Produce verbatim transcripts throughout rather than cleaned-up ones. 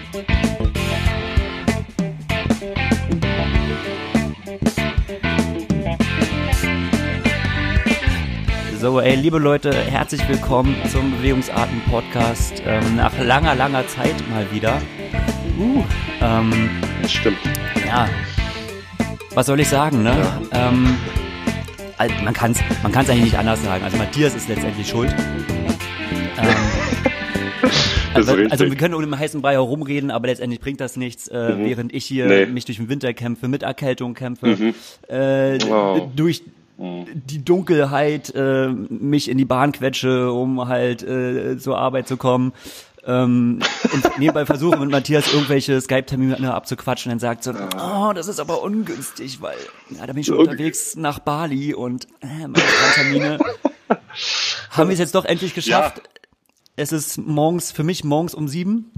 So, ey, liebe Leute, herzlich willkommen zum Bewegungsarten-Podcast. Ähm, nach langer, langer Zeit mal wieder. Uh, ähm, das stimmt. Ja, was soll ich sagen, ne? Ja. Ähm, also man kann es man kann's eigentlich nicht anders sagen. Also Matthias ist letztendlich schuld. Ähm, also, also wir können um den heißen Brei herumreden, aber letztendlich bringt das nichts, äh, mhm. während ich hier nee. mich durch den Winter kämpfe, mit Erkältung kämpfe, mhm. äh, oh. durch die Dunkelheit äh, mich in die Bahn quetsche, um halt äh, zur Arbeit zu kommen. Ähm, und nebenbei versuche mit Matthias irgendwelche Skype-Termine abzuquatschen und dann sagt so, oh, das ist aber ungünstig, weil ja, da bin ich schon okay. unterwegs nach Bali und äh, meine Termine. Haben wir es jetzt doch endlich geschafft. Ja. Es ist morgens, für mich morgens um sieben.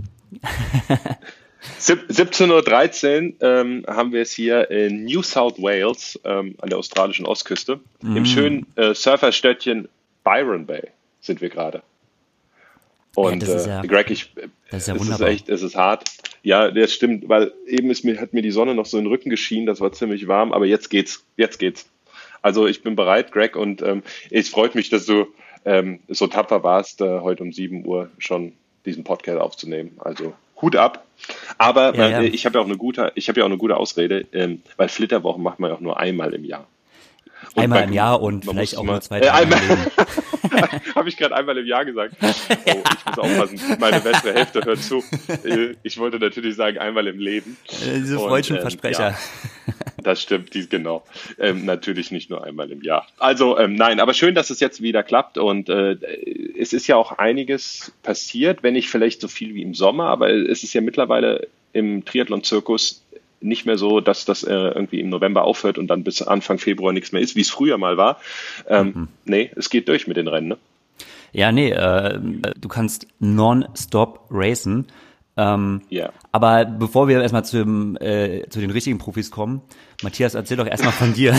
siebzehn Uhr dreizehn ähm, haben wir es hier in New South Wales ähm, an der australischen Ostküste. Mm. Im schönen äh, Surferstädtchen Byron Bay sind wir gerade. Und ja, ja, äh, Greg, ich, das ist ja es wunderbar. Ist echt, es ist hart. Ja, das stimmt, weil eben ist mir, hat mir die Sonne noch so in den Rücken geschienen, das war ziemlich warm, aber jetzt geht's, jetzt geht's. Also ich bin bereit, Greg, und ähm, es freut mich, dass du ähm, so tapfer warst, äh, heute um sieben Uhr schon diesen Podcast aufzunehmen. Also Hut ab. Aber ja, äh, ja. ich habe ja auch eine gute, ich habe ja auch eine gute Ausrede, ähm, weil Flitterwochen macht man ja auch nur einmal im Jahr. Und einmal im Jahr und vielleicht auch mal, nur zwei Tage. Äh, Habe ich gerade einmal im Jahr gesagt. Oh, ich muss aufpassen, meine bessere Hälfte hört zu. Ich wollte natürlich sagen, einmal im Leben. Diese freudschen ähm, Versprecher. Ja, das stimmt, die, genau. Ähm, natürlich nicht nur einmal im Jahr. Also ähm, nein, aber schön, dass es jetzt wieder klappt. Und äh, es ist ja auch einiges passiert, wenn nicht vielleicht so viel wie im Sommer, aber es ist ja mittlerweile im Triathlon-Zirkus nicht mehr so, dass das äh, irgendwie im November aufhört und dann bis Anfang Februar nichts mehr ist, wie es früher mal war. Ähm, mhm. Nee, es geht durch mit den Rennen, ne? Ja, nee, äh, du kannst non-stop racen. Ähm, ja. Aber bevor wir erstmal zum, äh, zu den richtigen Profis kommen, Matthias, erzähl doch erstmal von dir.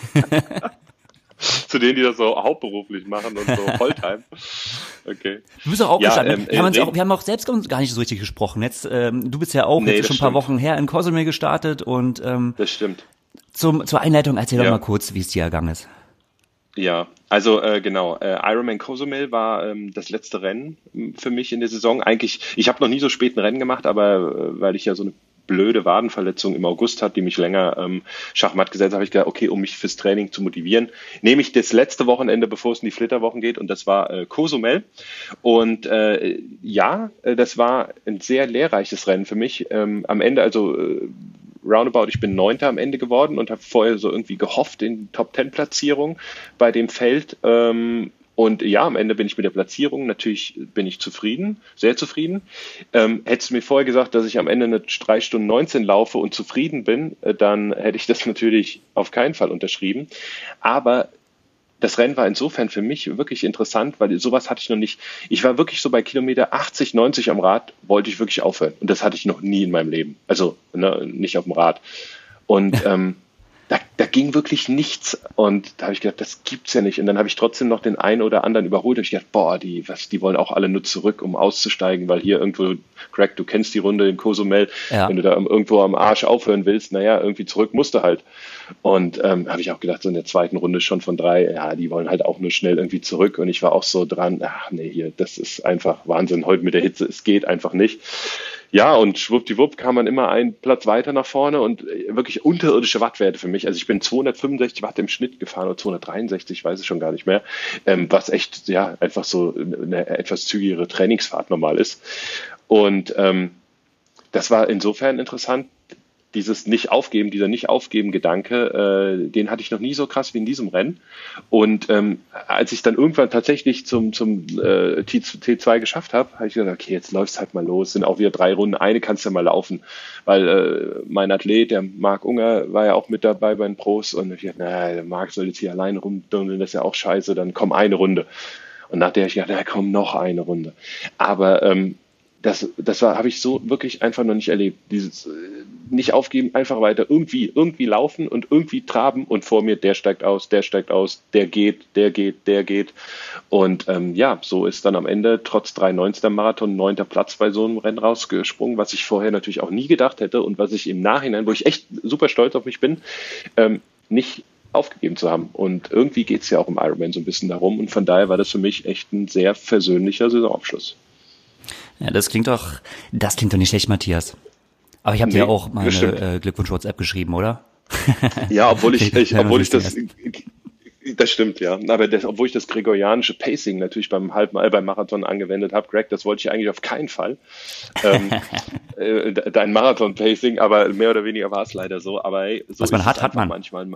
Zu denen, die das so hauptberuflich machen und so Volltime. Okay. Du bist doch auch ja, gestartet. Ähm, wir, haben uns auch, wir haben auch selbst gar nicht so richtig gesprochen. Jetzt, ähm, du bist ja auch nee, jetzt schon ein paar stimmt. Wochen her in Cozumel gestartet und ähm, das stimmt. Zum, zur Einleitung erzähl ja. doch mal kurz, wie es dir ergangen ist. Ja, also äh, genau, äh, Ironman Cozumel war ähm, das letzte Rennen für mich in der Saison. Eigentlich, ich habe noch nie so spät ein Rennen gemacht, aber äh, weil ich ja so eine blöde Wadenverletzung im August hat, die mich länger ähm, schachmatt gesetzt hat, habe ich gedacht, okay, um mich fürs Training zu motivieren, nehme ich das letzte Wochenende, bevor es in die Flitterwochen geht, und das war äh, Cozumel. Und äh, ja, äh, das war ein sehr lehrreiches Rennen für mich. Ähm, am Ende, also äh, roundabout, ich bin Neunter am Ende geworden und habe vorher so irgendwie gehofft in Top-Ten-Platzierung bei dem Feld. Ähm, Und ja, am Ende bin ich mit der Platzierung, natürlich bin ich zufrieden, sehr zufrieden. Ähm, hättest du mir vorher gesagt, dass ich am Ende eine drei Stunden neunzehn laufe und zufrieden bin, äh, dann hätte ich das natürlich auf keinen Fall unterschrieben. Aber das Rennen war insofern für mich wirklich interessant, weil sowas hatte ich noch nicht. Ich war wirklich so bei Kilometer achtzig, neunzig am Rad, wollte ich wirklich aufhören. Und das hatte ich noch nie in meinem Leben. Also ne, nicht auf dem Rad. Und ähm, Da, da ging wirklich nichts, und da habe ich gedacht, das gibt's ja nicht. Und dann habe ich trotzdem noch den einen oder anderen überholt. Da habe ich gedacht, boah, die, was, die wollen auch alle nur zurück, um auszusteigen, weil hier irgendwo, Greg, du kennst die Runde in Cozumel, ja. Wenn du da irgendwo am Arsch aufhören willst, naja, irgendwie zurück musst du halt. Und ähm, habe ich auch gedacht, so in der zweiten Runde schon von drei, ja, die wollen halt auch nur schnell irgendwie zurück. Und ich war auch so dran, ach nee, hier, das ist einfach Wahnsinn, heute mit der Hitze, es geht einfach nicht. Ja, und schwuppdiwupp kam man immer einen Platz weiter nach vorne und wirklich unterirdische Wattwerte für mich. Also ich bin zweihundertfünfundsechzig Watt im Schnitt gefahren oder zweihundertdreiundsechzig, ich weiß es schon gar nicht mehr, ähm, was echt ja einfach so eine etwas zügigere Trainingsfahrt normal ist. Und ähm, das war insofern interessant. Dieses Nicht-Aufgeben, dieser Nicht-Aufgeben-Gedanke, äh, den hatte ich noch nie so krass wie in diesem Rennen. Und ähm, als ich dann irgendwann tatsächlich zum, zum äh, T zwei geschafft habe, habe ich gesagt, okay, jetzt läufst halt mal los. Sind auch wieder drei Runden, eine kannst du ja mal laufen. Weil äh, mein Athlet, der Marc Unger, war ja auch mit dabei bei den Pros. Und ich dachte, naja, der Marc soll jetzt hier alleine rumdunkeln, das ist ja auch scheiße, dann komm eine Runde. Und nachher habe ich gedacht, na komm, noch eine Runde. Aber ähm, das, das war, habe ich so wirklich einfach noch nicht erlebt. Dieses äh, nicht aufgeben, einfach weiter irgendwie, irgendwie laufen und irgendwie traben und vor mir, der steigt aus, der steigt aus, der geht, der geht, der geht. Und ähm, ja, so ist dann am Ende trotz drei neunzig Marathon neunter Platz bei so einem Rennen rausgesprungen, was ich vorher natürlich auch nie gedacht hätte und was ich im Nachhinein, wo ich echt super stolz auf mich bin, ähm, nicht aufgegeben zu haben. Und irgendwie geht es ja auch im Ironman so ein bisschen darum. Und von daher war das für mich echt ein sehr versöhnlicher Saisonabschluss. Ja, das klingt doch, das klingt doch nicht schlecht, Matthias. Aber ich habe nee, dir auch meine äh, Glückwunsch-WhatsApp geschrieben, oder? Ja, obwohl ich, ich obwohl ich das, das stimmt, ja. Aber das, obwohl ich das gregorianische Pacing natürlich beim Halb, äh, beim Marathon angewendet habe, Greg, das wollte ich eigentlich auf keinen Fall. ähm, äh, dein Marathon-Pacing, aber mehr oder weniger war es leider so. Aber hey, so was man hat, hat man. Manchmal.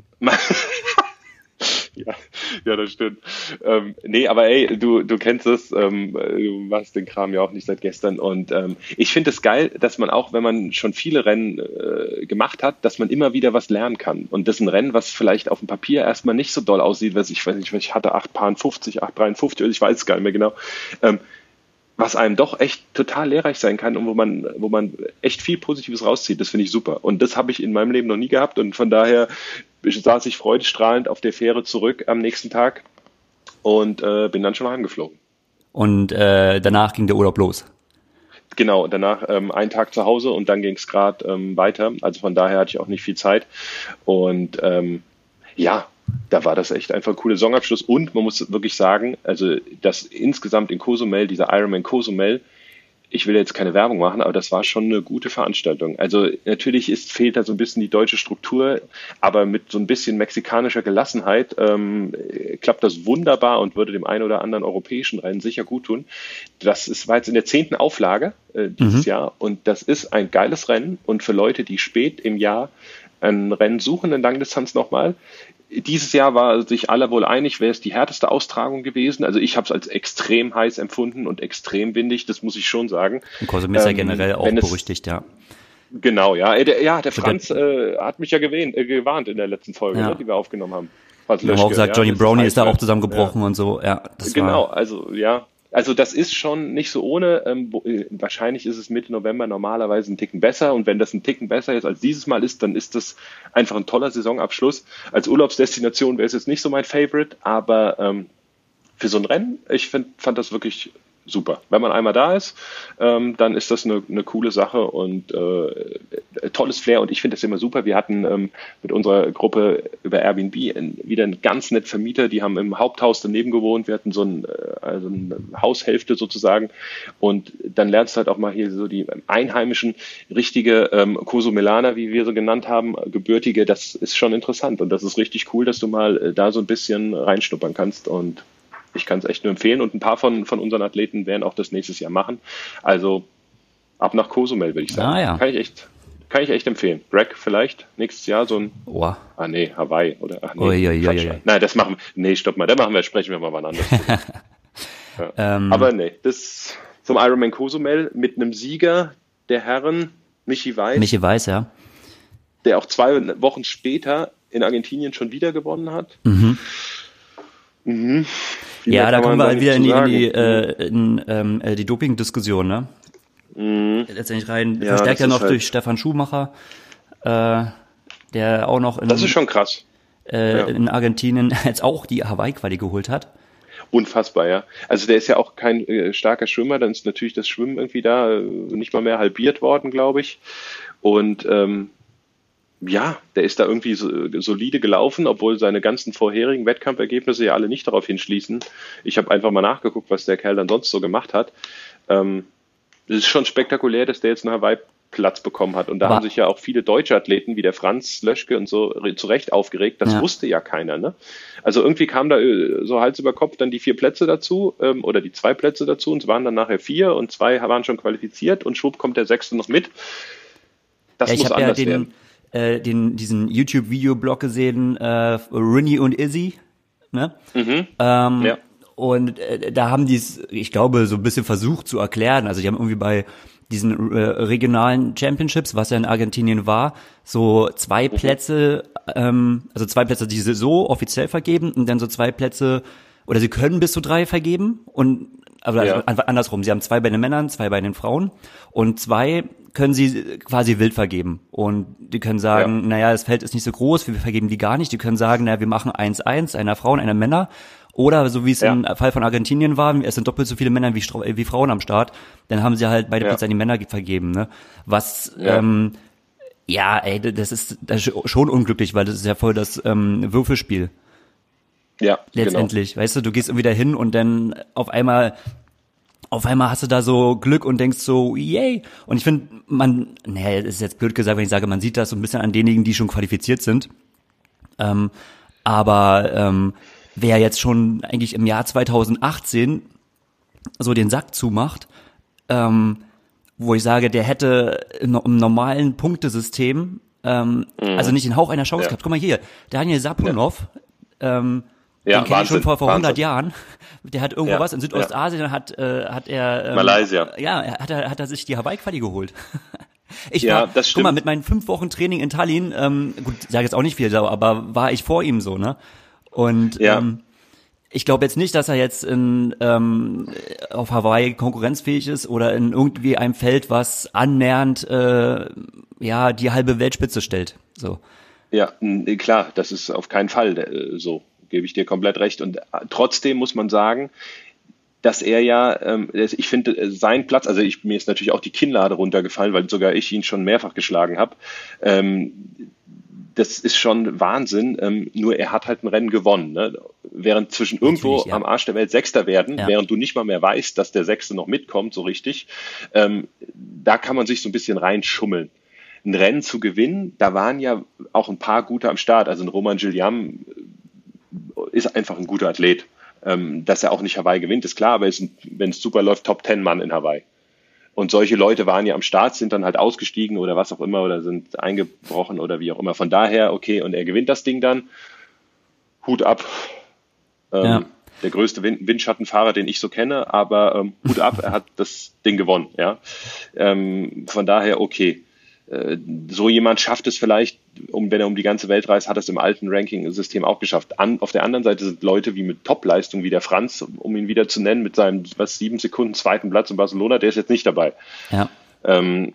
Ja, ja, das stimmt. Ähm, nee, aber ey, du, du kennst es, ähm, du machst den Kram ja auch nicht seit gestern und ähm, ich finde es geil, dass man auch, wenn man schon viele Rennen äh, gemacht hat, dass man immer wieder was lernen kann. Und das ist ein Rennen, was vielleicht auf dem Papier erstmal nicht so doll aussieht, was ich weiß nicht, ich hatte acht fünfzig, acht dreiundfünfzig, ich weiß es gar nicht mehr genau. Ähm, was einem doch echt total lehrreich sein kann und wo man, wo man echt viel Positives rauszieht, das finde ich super. Und das habe ich in meinem Leben noch nie gehabt und von daher saß ich freudestrahlend auf der Fähre zurück am nächsten Tag und äh, bin dann schon heimgeflogen. Und äh, danach ging der Urlaub los? Genau, danach ähm, einen Tag zu Hause und dann ging es gerade ähm, weiter. Also von daher hatte ich auch nicht viel Zeit. Und ähm, ja, da war das echt einfach ein cooler Saisonabschluss. Und man muss wirklich sagen, also das insgesamt in Cozumel, dieser Ironman Cozumel, ich will jetzt keine Werbung machen, aber das war schon eine gute Veranstaltung. Also natürlich ist, fehlt da so ein bisschen die deutsche Struktur, aber mit so ein bisschen mexikanischer Gelassenheit ähm, klappt das wunderbar und würde dem einen oder anderen europäischen Rennen sicher gut tun. Das ist, war jetzt in der zehnten Auflage äh, dieses mhm. Jahr und das ist ein geiles Rennen und für Leute, die spät im Jahr ein Rennen suchen, in Langdistanz nochmal. Dieses Jahr war sich alle wohl einig, wäre es die härteste Austragung gewesen. Also ich habe es als extrem heiß empfunden und extrem windig, das muss ich schon sagen. Und Cozumel ist ja ähm, generell auch berüchtigt, ja. Genau, ja. Der, ja, der Franz äh, hat mich ja gewähnt, äh, gewarnt in der letzten Folge, ja. ne, die wir aufgenommen haben. Wir haben auch gesagt, Johnny ja, Brownie ist da auch zusammengebrochen ja. und so. Ja, das genau, war also ja. Also das ist schon nicht so ohne. Ähm, wahrscheinlich ist es Mitte November normalerweise ein Ticken besser. Und wenn das ein Ticken besser ist als dieses Mal ist, dann ist das einfach ein toller Saisonabschluss. Als Urlaubsdestination wäre es jetzt nicht so mein Favorite, aber ähm, für so ein Rennen, ich find, fand das wirklich super. Wenn man einmal da ist, ähm, dann ist das eine, eine coole Sache und äh, tolles Flair und ich finde das immer super. Wir hatten ähm, mit unserer Gruppe über Airbnb ein, wieder einen ganz netten Vermieter, die haben im Haupthaus daneben gewohnt. Wir hatten so ein, also eine Haushälfte sozusagen und dann lernst du halt auch mal hier so die einheimischen, richtige ähm, Cozumelaner, wie wir so genannt haben, gebürtige, das ist schon interessant und das ist richtig cool, dass du mal äh, da so ein bisschen reinschnuppern kannst und ich kann es echt nur empfehlen und ein paar von, von unseren Athleten werden auch das nächstes Jahr machen. Also ab nach Cozumel, würde ich sagen. Ah, ja. Kann ich echt, kann ich echt empfehlen. Greg, vielleicht nächstes Jahr so ein oh. Ah nee, Hawaii oder ach nee, oi, oi, oi, oi. Nein, das machen wir. Nee, stopp mal, da machen wir, sprechen wir mal wann anders. ja. ähm. Aber nee, das zum Ironman Cozumel mit einem Sieger der Herren, Michi Weiß. Michi Weiß, ja. Der auch zwei Wochen später in Argentinien schon wieder gewonnen hat. Mhm. Mhm. Ja, da kommen wir halt wieder in die, in die, äh, in, ähm, die Doping-Diskussion, ne? Mhm. Letztendlich rein, ja, verstärkt ja noch halt durch Stefan Schumacher, äh, der auch noch in, das ist schon krass. Äh, ja. in Argentinien jetzt auch die Hawaii-Quali geholt hat. Unfassbar, ja. Also der ist ja auch kein äh, starker Schwimmer, dann ist natürlich das Schwimmen irgendwie da äh, nicht mal mehr halbiert worden, glaube ich. Und ähm, ja, der ist da irgendwie so, solide gelaufen, obwohl seine ganzen vorherigen Wettkampfergebnisse ja alle nicht darauf hinschließen. Ich habe einfach mal nachgeguckt, was der Kerl dann sonst so gemacht hat. Ähm, es ist schon spektakulär, dass der jetzt einen Hawaii-Platz bekommen hat. Und da Aber haben sich ja auch viele deutsche Athleten wie der Franz Löschke und so zu Recht aufgeregt. Das ja. wusste ja keiner, ne? Also irgendwie kam da so Hals über Kopf dann die vier Plätze dazu ähm, oder die zwei Plätze dazu und es waren dann nachher vier und zwei waren schon qualifiziert und schwupp kommt der sechste noch mit. Das ja, muss anders ja den, werden. Äh, den, diesen YouTube-Videoblog gesehen, äh, Rinny und Izzy, ne? Mhm. Ähm, ja. Und äh, da haben die es, ich glaube, so ein bisschen versucht zu erklären. Also die haben irgendwie bei diesen äh, regionalen Championships, was ja in Argentinien war, so zwei mhm. Plätze, ähm, also zwei Plätze, die sie so offiziell vergeben und dann so zwei Plätze, oder sie können bis zu drei vergeben und aber Ja. also andersrum. Sie haben zwei bei den Männern, zwei bei den Frauen und zwei können sie quasi wild vergeben. Und die können sagen, Ja. naja, das Feld ist nicht so groß, wir vergeben die gar nicht. Die können sagen, naja, wir machen eins eins, einer Frauen, einer Männer. Oder so wie es Ja. im Fall von Argentinien war, es sind doppelt so viele Männer wie, wie Frauen am Start, dann haben sie halt beide Ja. Plätze an die Männer vergeben. Ne? Was, Ja. ähm, ja, ey, das ist, das ist schon unglücklich, weil das ist ja voll das ähm, Würfelspiel. Ja, Letztendlich, weißt du, du gehst irgendwie da hin und dann auf einmal, auf einmal hast du da so Glück und denkst so, yay. Und ich finde, man, naja, das ist jetzt blöd gesagt, wenn ich sage, man sieht das so ein bisschen an denjenigen, die schon qualifiziert sind. Ähm, aber ähm, wer jetzt schon eigentlich im Jahr zweitausendachtzehn so den Sack zumacht, ähm, wo ich sage, der hätte im, im normalen Punktesystem, ähm, mhm. also nicht den Hauch einer Chance Ja. gehabt. Guck mal hier, Daniel Sapunov, ja. ähm, Ja, den kenne ich schon vor, vor hundert Wahnsinn. Jahren. Der hat irgendwo Ja, was in Südostasien, ja. hat, äh, hat er, ähm, Malaysia. Ja, er- hat er, hat er sich die Hawaii-Quali geholt. Ich Ja, war, das guck stimmt. mal, mit meinen fünf Wochen Training in Tallinn, ähm, gut, sage jetzt auch nicht viel, aber war ich vor ihm so, ne? Und Ja. ähm, ich glaube jetzt nicht, dass er jetzt in, ähm, auf Hawaii konkurrenzfähig ist oder in irgendwie einem Feld, was annähernd äh, ja die halbe Weltspitze stellt. So. Ja, n- klar, das ist auf keinen Fall äh, so, gebe ich dir komplett recht. Und äh, trotzdem muss man sagen, dass er ja, ähm, das- ich finde, äh, sein Platz, also ich, mir ist natürlich auch die Kinnlade runtergefallen, weil sogar ich ihn schon mehrfach geschlagen habe. Ähm, das ist schon Wahnsinn, ähm, nur er hat halt ein Rennen gewonnen. Ne? Während zwischen irgendwo Natürlich, ja. am Arsch der Welt Sechster werden, Ja. während du nicht mal mehr weißt, dass der Sechste noch mitkommt, so richtig, ähm, da kann man sich so ein bisschen reinschummeln. Ein Rennen zu gewinnen, da waren ja auch ein paar gute am Start. Also ein Romain Gilliam ist einfach ein guter Athlet. Ähm, dass er auch nicht Hawaii gewinnt, ist klar, aber er ist, ein, wenn es super läuft, Top Ten Mann in Hawaii. Und solche Leute waren ja am Start, sind dann halt ausgestiegen oder was auch immer oder sind eingebrochen oder wie auch immer. Von daher, okay, und er gewinnt das Ding dann. Hut ab. Ähm, Ja. Der größte Wind Windschattenfahrer, den ich so kenne, aber ähm, Hut ab, er hat das Ding gewonnen. Ja, ähm, von daher okay. Äh, so jemand schafft es vielleicht, um, wenn er um die ganze Welt reist, hat er es im alten Ranking-System auch geschafft. An, auf der anderen Seite sind Leute wie mit Top-Leistung wie der Franz, um ihn wieder zu nennen, mit seinem was sieben Sekunden zweiten Platz in Barcelona, der ist jetzt nicht dabei. Ja. Ähm,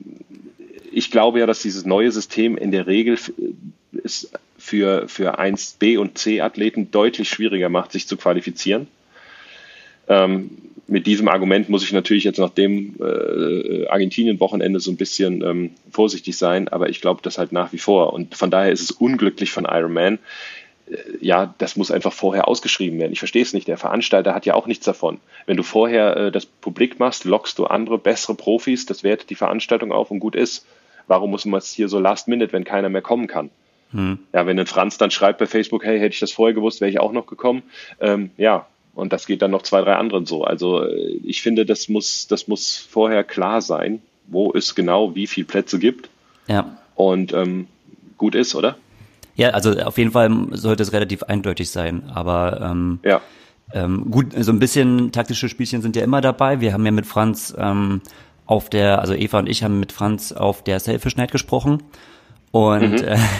ich glaube ja, dass dieses neue System in der Regel f- es für, für eins B und C Athleten deutlich schwieriger macht, sich zu qualifizieren. Ähm, mit diesem Argument muss ich natürlich jetzt nach dem äh, Argentinien-Wochenende so ein bisschen ähm, vorsichtig sein, aber ich glaube das halt nach wie vor. Und von daher ist es unglücklich von Ironman. Äh, ja, das muss einfach vorher ausgeschrieben werden. Ich verstehe es nicht. Der Veranstalter hat ja auch nichts davon. Wenn du vorher äh, das publik machst, lockst du andere, bessere Profis, das wertet die Veranstaltung auf und gut ist. Warum muss man es hier so last minute, wenn keiner mehr kommen kann? Hm. Ja, wenn ein Franz dann schreibt bei Facebook, hey, hätte ich das vorher gewusst, wäre ich auch noch gekommen. Ähm, ja, und das geht dann noch zwei, drei anderen so. Also äh, ich finde, das muss, das muss vorher klar sein, wo es genau wie viele Plätze gibt Ja. und ähm, gut ist, oder? Ja, also auf jeden Fall sollte es relativ eindeutig sein, aber ähm, Ja, ähm, gut, so ein bisschen taktische Spielchen sind ja immer dabei. Wir haben ja mit Franz ähm, auf der, also Eva und ich haben mit Franz auf der Selfish Night gesprochen und Mhm. äh,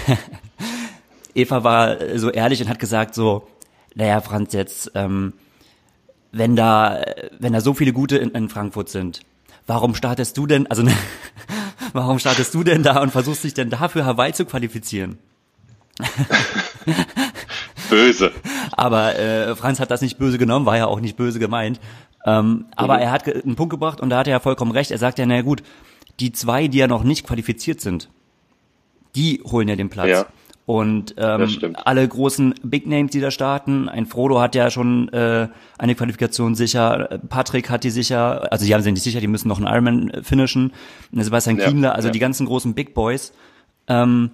Eva war so ehrlich und hat gesagt so, naja Franz, jetzt ähm, wenn da wenn da so viele gute in, in Frankfurt sind, warum startest du denn, also warum startest du denn da und versuchst dich denn da für Hawaii zu qualifizieren? böse. Aber äh, Franz hat das nicht böse genommen, war ja auch nicht böse gemeint. Ähm, aber Mhm. er hat ge- einen Punkt gebracht und da hat er ja vollkommen recht. Er sagt ja, na gut, die zwei, die ja noch nicht qualifiziert sind, die holen ja den Platz. Ja. Und Das ähm, stimmt. alle großen Big Names, die da starten, ein Frodo hat ja schon äh, eine Qualifikation sicher, Patrick hat die sicher, also die haben sie nicht sicher, die müssen noch einen Ironman äh, finishen, Sebastian Ja, Kienler, also ja. die ganzen großen Big Boys, ähm,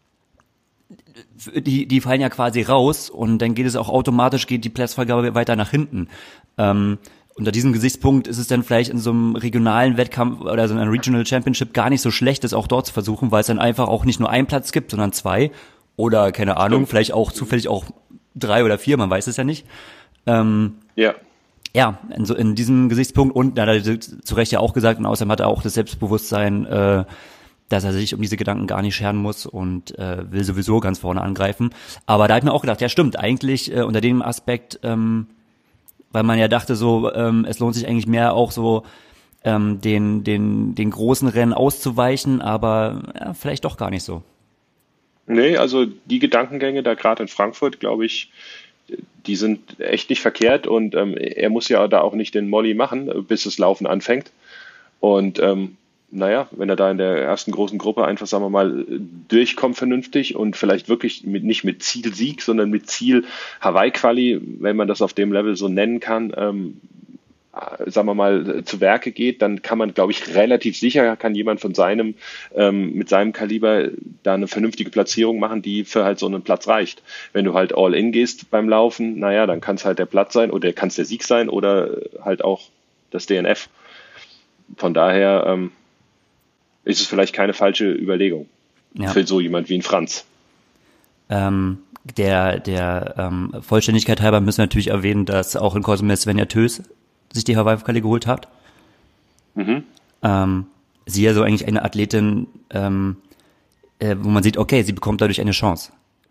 die, die fallen ja quasi raus und dann geht es auch automatisch, geht die Platzvergabe weiter nach hinten. Ähm, unter diesem Gesichtspunkt ist es dann vielleicht in so einem regionalen Wettkampf oder so einer Regional Championship gar nicht so schlecht, das auch dort zu versuchen, weil es dann einfach auch nicht nur einen Platz gibt, sondern zwei oder, keine Ahnung, Stimmt. vielleicht auch zufällig auch drei oder vier, man weiß es ja nicht. Ähm, Ja, ja, in, so, in diesem Gesichtspunkt und, na, da hat er zu Recht ja auch gesagt, und außerdem hat er auch das Selbstbewusstsein, äh, dass er sich um diese Gedanken gar nicht scheren muss und äh, will sowieso ganz vorne angreifen. Aber da hat mir auch gedacht, ja stimmt, eigentlich äh, unter dem Aspekt, ähm, weil man ja dachte so, ähm, es lohnt sich eigentlich mehr auch so ähm, den, den, den großen Rennen auszuweichen, aber ja, vielleicht doch gar nicht so. Nee, also die Gedankengänge da gerade in Frankfurt, glaube ich, die sind echt nicht verkehrt und ähm, er muss ja da auch nicht den Molly machen, bis das Laufen anfängt. Und ähm, naja, wenn er da in der ersten großen Gruppe einfach, sagen wir mal, durchkommt vernünftig und vielleicht wirklich mit, nicht mit Ziel Sieg, sondern mit Ziel Hawaii-Quali, wenn man das auf dem Level so nennen kann, ähm, sagen wir mal, zu Werke geht, dann kann man, glaube ich, relativ sicher, kann jemand von seinem, ähm, mit seinem Kaliber da eine vernünftige Platzierung machen, die für halt so einen Platz reicht. Wenn du halt all in gehst beim Laufen, naja, dann kann es halt der Platz sein oder kann es der Sieg sein oder halt auch das D N F. Von daher ähm, ist es vielleicht keine falsche Überlegung ja. für so jemand wie ein Franz. Ähm, der der ähm, Vollständigkeit halber müssen wir natürlich erwähnen, dass auch in Cozumel Svenja Tös sich die Hawaii-Quali geholt hat. Mhm. Ähm, sie ja so eigentlich eine Athletin, ähm, äh, wo man sieht, okay, sie bekommt dadurch eine Chance.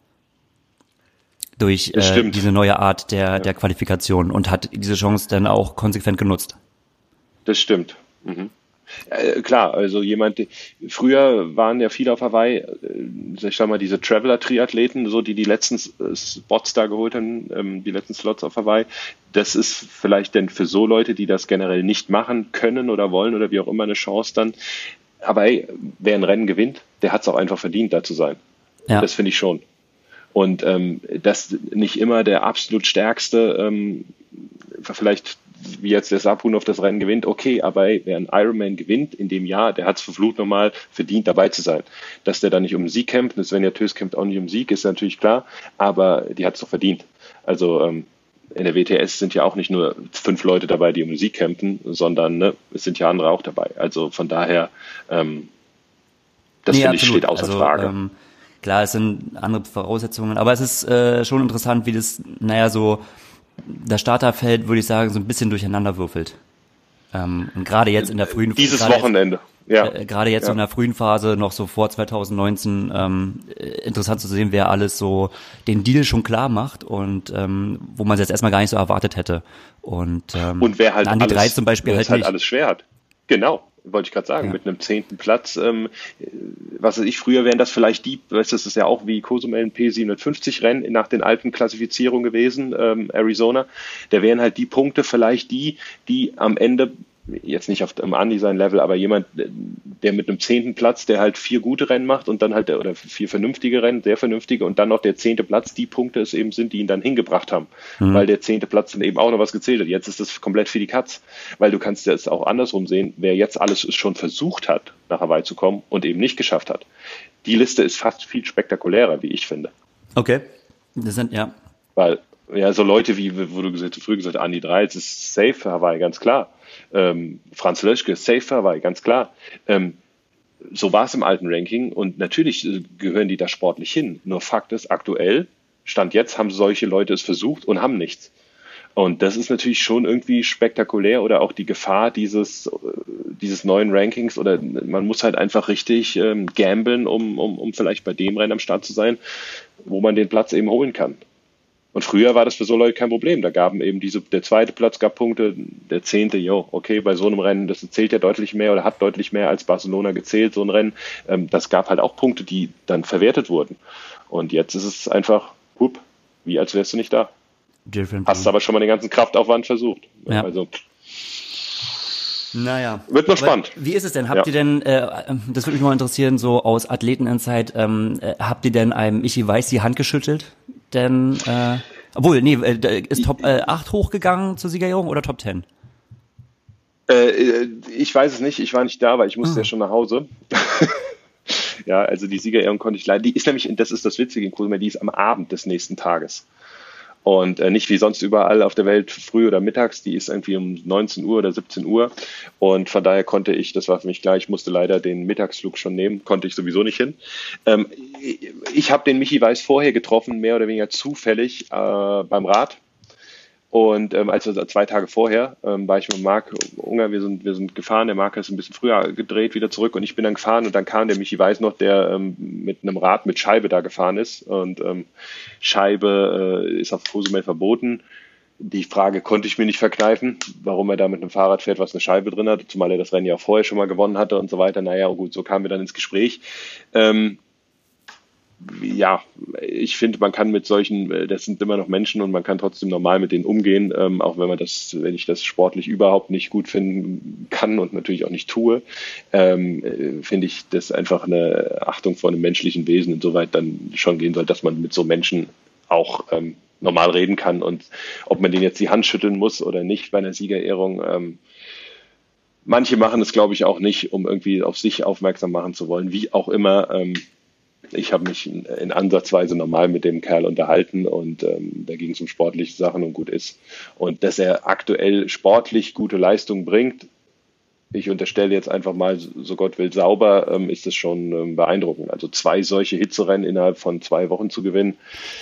Durch äh, diese neue Art der, ja. der Qualifikation und hat diese Chance dann auch konsequent genutzt. Das stimmt. Mhm. Äh, klar, also jemand, früher waren ja viele auf Hawaii, äh, ich sag mal, diese Traveler-Triathleten, so die die letzten Spots da geholt haben, ähm, die letzten Slots auf Hawaii, das ist vielleicht denn für so Leute, die das generell nicht machen können oder wollen oder wie auch immer, eine Chance dann. Aber hey, wer ein Rennen gewinnt, der hat es auch einfach verdient, da zu sein. Ja. Das finde ich schon. Und ähm, das nicht immer der absolut stärkste, ähm, vielleicht wie jetzt der Sapunov das Rennen gewinnt, okay, aber ey, wer ein Ironman gewinnt in dem Jahr, der hat es verflucht nochmal verdient, dabei zu sein. Dass der da nicht um den Sieg kämpft, das Svenja Tös kämpft auch nicht um den Sieg, ist natürlich klar, aber die hat es doch verdient. Also ähm, in der W T S sind ja auch nicht nur fünf Leute dabei, die um den Sieg kämpfen, sondern ne, es sind ja andere auch dabei. Also von daher, ähm, das nee, finde ich, steht außer also, Frage. Ähm, klar, es sind andere Voraussetzungen, aber es ist äh, schon interessant, wie das, naja, so das Starterfeld, würde ich sagen, so ein bisschen durcheinander würfelt. Ähm, und gerade jetzt in der frühen Phase. Dieses Wochenende, jetzt, ja. Äh, gerade jetzt ja. so in der frühen Phase, noch so vor zwanzig neunzehn, ähm, interessant zu sehen, wer alles so den Deal schon klar macht und ähm, wo man es jetzt erstmal gar nicht so erwartet hätte. Und, ähm, und wer halt an die alles, drei zum Beispiel wer halt, halt nicht. alles schwer hat. Genau. Wollte ich gerade sagen, ja. mit einem zehnten Platz, ähm, was weiß ich, früher wären das vielleicht die, weißt du, das ist ja auch wie Cozumel ein P siebenhundertfünfzig Rennen nach den alten Klassifizierungen gewesen, ähm, Arizona, da wären halt die Punkte vielleicht die, die am Ende, jetzt nicht auf dem Undesign-Level, aber jemand, der mit einem zehnten Platz, der halt vier gute Rennen macht und dann halt, oder vier vernünftige Rennen, sehr vernünftige und dann noch der zehnte Platz, die Punkte es eben sind, die ihn dann hingebracht haben, mhm. weil der zehnte Platz dann eben auch noch was gezählt hat. Jetzt ist das komplett für die Katz, weil du kannst das auch andersrum sehen, wer jetzt alles schon versucht hat, nach Hawaii zu kommen und eben nicht geschafft hat. Die Liste ist fast viel spektakulärer, wie ich finde. Okay, das sind, ja. Weil, ja, so Leute wie, wo du gesagt, früher gesagt hast, Andi Dreitz ist safe für Hawaii, ganz klar. Ähm, Franz Löschke, safe für Hawaii, ganz klar. Ähm, so war es im alten Ranking und natürlich äh, gehören die da sportlich hin. Nur Fakt ist, aktuell, Stand jetzt, haben solche Leute es versucht und haben nichts. Und das ist natürlich schon irgendwie spektakulär oder auch die Gefahr dieses, äh, dieses neuen Rankings oder man muss halt einfach richtig ähm, gamblen, um, um, um vielleicht bei dem Rennen am Start zu sein, wo man den Platz eben holen kann. Und früher war das für so Leute kein Problem. Da gaben eben diese, der zweite Platz gab Punkte, der zehnte, jo, okay, bei so einem Rennen, das zählt ja deutlich mehr oder hat deutlich mehr als Barcelona gezählt, so ein Rennen. Ähm, das gab halt auch Punkte, die dann verwertet wurden. Und jetzt ist es einfach, hup, wie als wärst du nicht da. Different Hast aber schon mal den ganzen Kraftaufwand versucht. Ja. Also, naja. Wird noch spannend. Wie ist es denn? Habt ja. ihr denn, äh, das würde mich mal interessieren, so aus Athleteninsight, ähm, äh, habt ihr denn einem Michi Weiß die Hand geschüttelt? Denn, äh, obwohl, nee, äh, ist Top äh, acht hochgegangen zur Siegerehrung oder Top zehn? Äh, ich weiß es nicht, ich war nicht da, weil ich musste ah. ja schon nach Hause. Ja, also die Siegerehrung konnte ich leider, die ist nämlich, das ist das Witzige in Cozumel, die ist am Abend des nächsten Tages. Und äh, nicht wie sonst überall auf der Welt früh oder mittags, die ist irgendwie um neunzehn Uhr oder siebzehn Uhr. Und von daher konnte ich, das war für mich klar, ich musste leider den Mittagsflug schon nehmen, konnte ich sowieso nicht hin. Ähm, ich ich habe den Michi Weiß vorher getroffen, mehr oder weniger zufällig äh, beim Rad. Und ähm, also zwei Tage vorher ähm, war ich mit Marc Unger, wir sind, wir sind gefahren, der Marc ist ein bisschen früher gedreht, wieder zurück und ich bin dann gefahren und dann kam der Michi Weiß noch, der ähm, mit einem Rad mit Scheibe da gefahren ist und ähm, Scheibe äh, ist auf Cozumel verboten. Die Frage konnte ich mir nicht verkneifen, warum er da mit einem Fahrrad fährt, was eine Scheibe drin hat, zumal er das Rennen ja vorher schon mal gewonnen hatte und so weiter. Naja, gut, so kamen wir dann ins Gespräch. Ähm, ja, ich finde, man kann mit solchen, das sind immer noch Menschen und man kann trotzdem normal mit denen umgehen, ähm, auch wenn man das, wenn ich das sportlich überhaupt nicht gut finden kann und natürlich auch nicht tue, ähm, äh, finde ich das einfach eine Achtung vor einem menschlichen Wesen insoweit dann schon gehen soll, dass man mit so Menschen auch ähm, normal reden kann und ob man denen jetzt die Hand schütteln muss oder nicht bei einer Siegerehrung. Ähm, manche machen es, glaube ich, auch nicht, um irgendwie auf sich aufmerksam machen zu wollen, wie auch immer. Ähm, Ich habe mich in, in Ansatzweise normal mit dem Kerl unterhalten und ähm, da ging es um sportliche Sachen und gut ist. Und dass er aktuell sportlich gute Leistung bringt, ich unterstelle jetzt einfach mal, so Gott will, sauber, ähm, ist es schon ähm, beeindruckend. Also zwei solche Hitzerennen innerhalb von zwei Wochen zu gewinnen.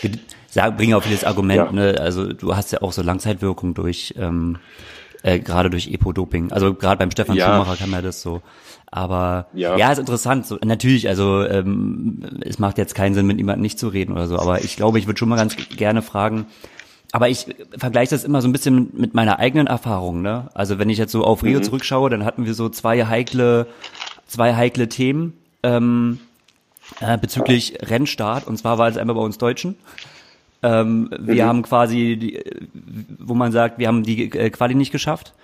Wir bringen auch vieles Argument, Ja. ne? Also du hast ja auch so Langzeitwirkung durch, ähm, äh, gerade durch Epo-Doping. Also gerade beim Stefan Ja. Schumacher kann man das so. Aber ja, Ja. ist interessant. So, natürlich, also ähm, es macht jetzt keinen Sinn, mit jemandem nicht zu reden oder so. Aber ich glaube, ich würde schon mal ganz gerne fragen. Aber ich vergleiche das immer so ein bisschen mit meiner eigenen Erfahrung, ne? Also wenn ich jetzt so auf Rio Mhm. zurückschaue, dann hatten wir so zwei heikle, zwei heikle Themen ähm, äh, bezüglich Rennstart. Und zwar war es einmal bei uns Deutschen. Ähm, wir Mhm. haben quasi, die, wo man sagt, wir haben die äh, Quali nicht geschafft.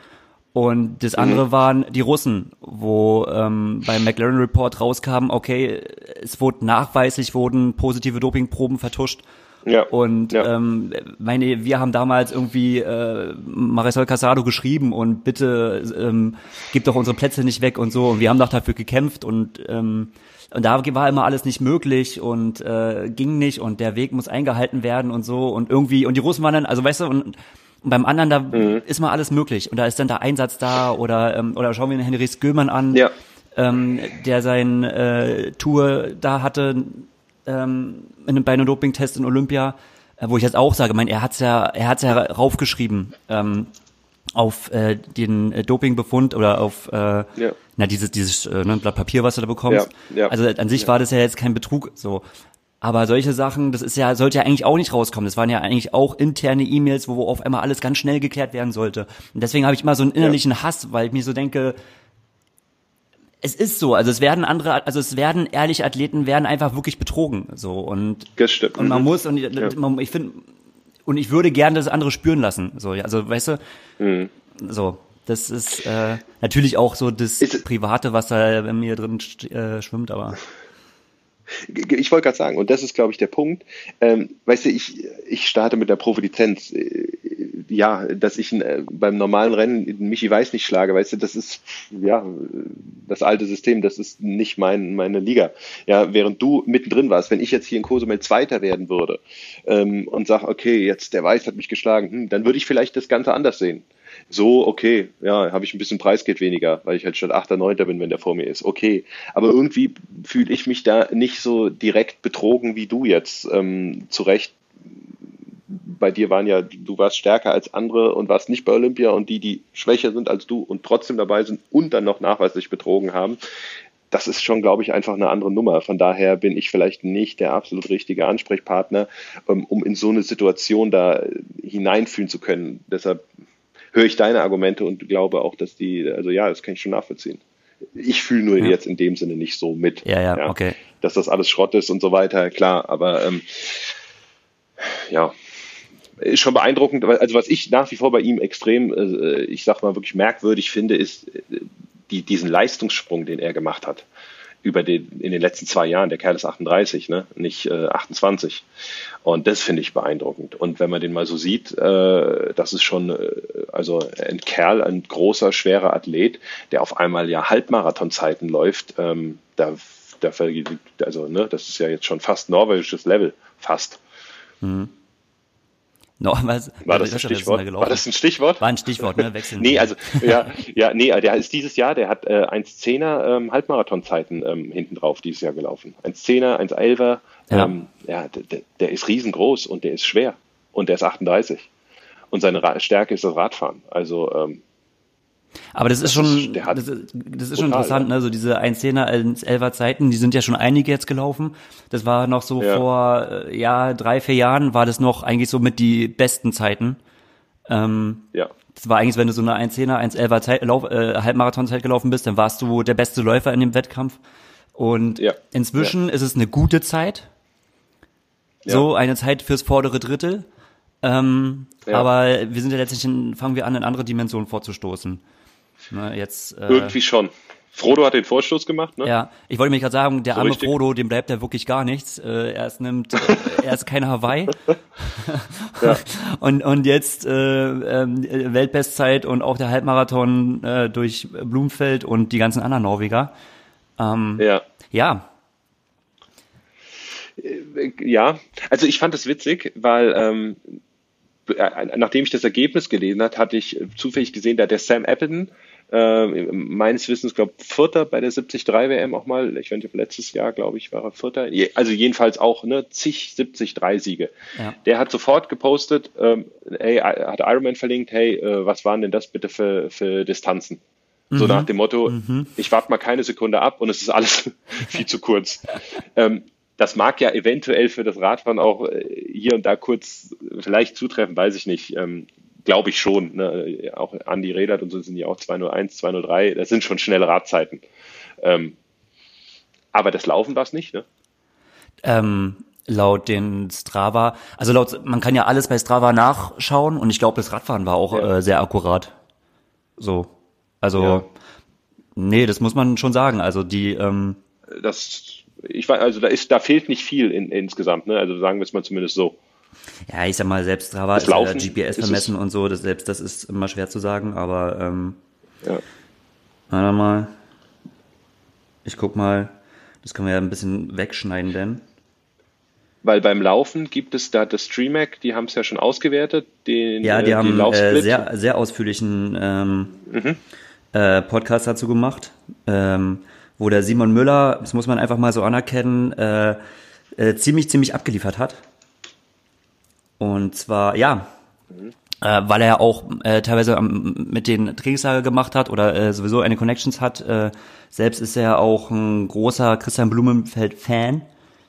Und das andere Mhm. waren die Russen, wo ähm, beim McLaren Report rauskam, okay, es wurde nachweislich wurden positive Dopingproben vertuscht. Ja. Und ja. ähm, meine, wir haben damals irgendwie äh, Marisol Casado geschrieben und bitte ähm, gib doch unsere Plätze nicht weg und so. Und wir haben doch dafür gekämpft und ähm, und da war immer alles nicht möglich und äh, ging nicht und der Weg muss eingehalten werden und so und irgendwie und die Russen waren dann, also weißt du, und, und beim anderen da Mhm. ist mal alles möglich und da ist dann der Einsatz da oder ähm, oder schauen wir den Henry Skillmann an, Ja. ähm, der sein äh, Tour da hatte ähm, in einem, bei einem Dopingtest in Olympia, äh, wo ich jetzt auch sage, mein, er hat's ja, er hat's ja raufgeschrieben ähm, auf äh, den äh, Dopingbefund oder auf äh, Ja. na dieses dieses äh, ne, Blatt Papier, was du da bekommst. Ja, ja. Also an sich Ja. war das ja jetzt kein Betrug so. Aber solche Sachen, das ist ja, sollte ja eigentlich auch nicht rauskommen. Das waren ja eigentlich auch interne E-Mails, wo, wo auf einmal alles ganz schnell geklärt werden sollte. Und deswegen habe ich immer so einen innerlichen Hass, weil ich mir so denke, es ist so, also es werden andere, also es werden ehrliche Athleten werden einfach wirklich betrogen, so und Das stimmt. und man Mhm. muss und ich, Ja. man, ich finde und ich würde gerne das andere spüren lassen, so ja, also weißt du, Mhm. so das ist äh, natürlich auch so das Ist- Private, was da bei mir drin st- äh, schwimmt, aber Ich wollte gerade sagen, und das ist, glaube ich, der Punkt. Ähm, weißt du, ich, ich starte mit der Profilizenz. Äh, ja, dass ich äh, beim normalen Rennen Michi Weiß nicht schlage, weißt du, das ist ja das alte System, das ist nicht mein, meine Liga. Ja, während du mittendrin warst, wenn ich jetzt hier in Cozumel Zweiter werden würde ähm, und sag, okay, jetzt der Weiß hat mich geschlagen, hm, dann würde ich vielleicht das Ganze anders sehen. So, okay, ja, habe ich ein bisschen Preisgeld weniger, weil ich halt statt Achter, Neunter bin, wenn der vor mir ist. Okay, aber irgendwie fühle ich mich da nicht so direkt betrogen wie du jetzt. Ähm, zu Recht, bei dir waren ja, du warst stärker als andere und warst nicht bei Olympia und die, die schwächer sind als du und trotzdem dabei sind und dann noch nachweislich betrogen haben. Das ist schon, glaube ich, einfach eine andere Nummer. Von daher bin ich vielleicht nicht der absolut richtige Ansprechpartner, um, um in so eine Situation da hineinfühlen zu können. Deshalb höre ich deine Argumente und glaube auch, dass die, also ja, das kann ich schon nachvollziehen. Ich fühle nur Ja. jetzt in dem Sinne nicht so mit. ja, ja, okay. Dass das alles Schrott ist und so weiter, klar, aber ähm, ja, ist schon beeindruckend. Also was ich nach wie vor bei ihm extrem, äh, ich sag mal wirklich merkwürdig finde, ist äh, die, diesen Leistungssprung, den er gemacht hat über den, in den letzten zwei Jahren. Der Kerl ist achtunddreißig, ne? Nicht äh, achtundzwanzig. Und das finde ich beeindruckend. Und wenn man den mal so sieht, äh, das ist schon äh, also ein Kerl, ein großer, schwerer Athlet, der auf einmal ja Halbmarathonzeiten läuft. Ähm, da, da, also, ne, das ist ja jetzt schon fast norwegisches Level. Fast. Mhm. No, was, War das ein was- was ist denn da Stichwort? gelaufen? War das ein Stichwort? War ein Stichwort, ne? Wechseln. Nee, also ja, ja, nee, der ist dieses Jahr, der hat äh, eins Komma zehner ähm, Halbmarathonzeiten ähm, hinten drauf dieses Jahr gelaufen. eins Komma zehner, eins Komma elfer, Ja. ähm, ja, der, der- der ist riesengroß und der ist schwer und der ist achtunddreißig. Und seine Ra- Stärke ist das Radfahren. Also ähm, Aber das ist Das schon, ist- der hat das ist, das ist schon brutal, interessant, ja. ne? So diese eins Zehner, eins Elfer Zeiten, die sind ja schon einige jetzt gelaufen. Das war noch so Ja. vor, äh, ja, drei, vier Jahren war das noch eigentlich so mit die besten Zeiten. Ähm, ja. Das war eigentlich, wenn du so eine eins zehner, eins elfer Zeit, Lauf, äh, Halbmarathonzeit gelaufen bist, dann warst du der beste Läufer in dem Wettkampf. Und ja. inzwischen ja. ist es eine gute Zeit. Ja. So eine Zeit fürs vordere Drittel. Ähm, ja. Aber wir sind ja letztlich, in, fangen wir an, in andere Dimensionen vorzustoßen. Ne, jetzt, äh, Irgendwie schon. Frodo hat den Vorstoß gemacht, ne? Ja, ich wollte mich gerade sagen, der so arme richtig. Frodo, dem bleibt ja wirklich gar nichts. Äh, er ist nimmt, äh, er ist kein Hawaii. ja. und und jetzt äh, äh, Weltbestzeit und auch der Halbmarathon äh, durch Blumfeld und die ganzen anderen Norweger. Ähm, ja. Ja. Ja, also ich fand es witzig, weil ähm, nachdem ich das Ergebnis gelesen habe, hatte ich zufällig gesehen, da der Sam Appleton, äh, meines Wissens, glaube ich, Vierter bei der siebzig drei W M auch mal, ich weiß nicht, letztes Jahr, glaube ich, war er Vierter, also jedenfalls auch, ne, zig siebzig drei Siege. Ja. Der hat sofort gepostet, ähm, hey, hat Ironman verlinkt, hey, äh, was waren denn das bitte für, für Distanzen? So mhm. nach dem Motto, mhm. ich warte mal keine Sekunde ab und es ist alles viel zu kurz. ähm, Das mag ja eventuell für das Radfahren auch hier und da kurz vielleicht zutreffen, weiß ich nicht. Ähm, Glaube ich schon. Ne? Auch Andi Redert und so sind ja auch zwei null eins, zwei null drei. Das sind schon schnelle Radzeiten. Ähm, aber das Laufen war es nicht, ne? Ähm, laut den Strava, also laut, man kann ja alles bei Strava nachschauen und ich glaube, das Radfahren war auch ja. äh, sehr akkurat. So. Also, ja. nee, das muss man schon sagen. Also die, ähm, das Ich weiß, also da ist, da fehlt nicht viel in, insgesamt, ne? Also sagen wir es mal zumindest so. Ja, ich sag mal, selbst Strava ist ja G P S vermessen und so, das, selbst das ist immer schwer zu sagen, aber ähm, ja. warte mal. Ich guck mal, das können wir ja ein bisschen wegschneiden, denn. Weil beim Laufen gibt es da das StreamHack, die haben es ja schon ausgewertet, den Ja, die äh, haben Laufsplit. äh, sehr, sehr ausführlichen ähm, mhm. äh, Podcast dazu gemacht. Ähm, wo der Simon Müller, das muss man einfach mal so anerkennen, äh, äh, ziemlich, ziemlich abgeliefert hat. Und zwar, ja, mhm. äh, weil er auch äh, teilweise am, mit den Trainingslager gemacht hat oder äh, sowieso eine Connections hat. Äh, selbst ist er auch ein großer Christian Blumenfeld-Fan.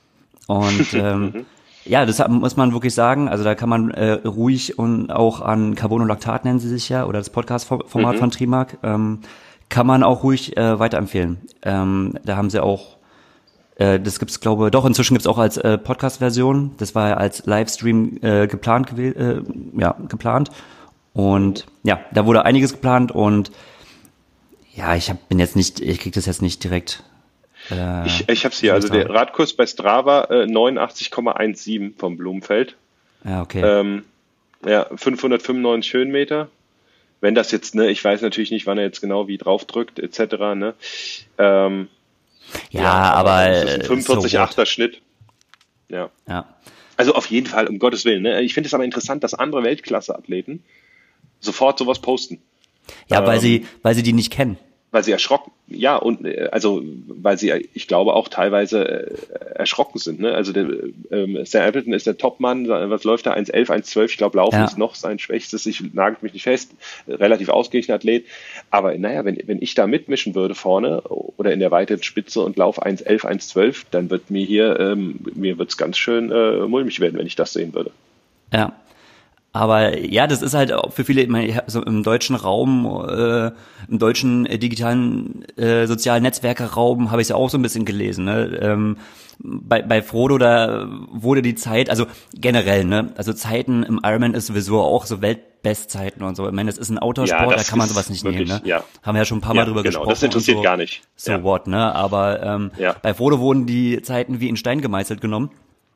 Und ähm, ja, das muss man wirklich sagen. Also da kann man äh, ruhig und auch an Carbonolactat nennen sie sich ja, oder das Podcast-Format mhm. von Trimark, ähm, kann man auch ruhig äh, weiterempfehlen. Ähm, da haben sie auch, äh, das gibt's glaube doch, inzwischen gibt's auch als äh, Podcast-Version. Das war ja als Livestream äh, geplant, äh, ja, geplant. Und ja, da wurde einiges geplant und ja, ich hab, bin jetzt nicht, ich krieg das jetzt nicht direkt. Äh, ich ich hab's hier, also der Radkurs bei Strava äh, neunundachtzig Komma siebzehn vom Blumenfeld. Ja, okay. Ähm, ja, fünfhundertfünfundneunzig Höhenmeter. Wenn das jetzt, ne, ich weiß natürlich nicht, wann er jetzt genau wie draufdrückt, et cetera, ne. Ähm, ja, ja, aber das ist ein fünfundvierzig Komma achter so Schnitt. Ja. Ja. Also auf jeden Fall, um Gottes Willen. Ne. Ich finde es aber interessant, dass andere Weltklasse-Athleten sofort sowas posten. Ja, weil ähm, sie, weil sie die nicht kennen. Weil sie erschrocken, ja, und äh, also weil sie, ich glaube, auch teilweise äh, erschrocken sind. Ne? Also der ähm, Sam Appleton ist der Topmann, was läuft da? eins elf, eins zwölf, ich glaube, Laufen ja. ist noch sein Schwächstes, ich nagelt mich nicht fest, relativ ausgeglichener Athlet. Aber naja, wenn, wenn ich da mitmischen würde vorne oder in der weiten Spitze und laufe eins elf, eins zwölf, dann wird mir hier, ähm, mir wird's ganz schön äh, mulmig werden, wenn ich das sehen würde. Ja. Aber ja, das ist halt auch für viele, ich meine, so im deutschen Raum, äh, im deutschen äh, digitalen äh, sozialen Netzwerke-Raum habe ich es ja auch so ein bisschen gelesen. Ne? Ähm, bei, bei Frodo, da wurde die Zeit, also generell, ne, also Zeiten im Ironman ist sowieso auch so Weltbestzeiten und so. Ich meine, das ist ein Outdoor-Sport, ja, da kann man sowas nicht wirklich, nehmen. Ne? Ja. Haben wir ja schon ein paar Mal ja, drüber genau, gesprochen. Das interessiert so, gar nicht. So ja. what, ne? Aber ähm, ja. bei Frodo wurden die Zeiten wie in Stein gemeißelt genommen.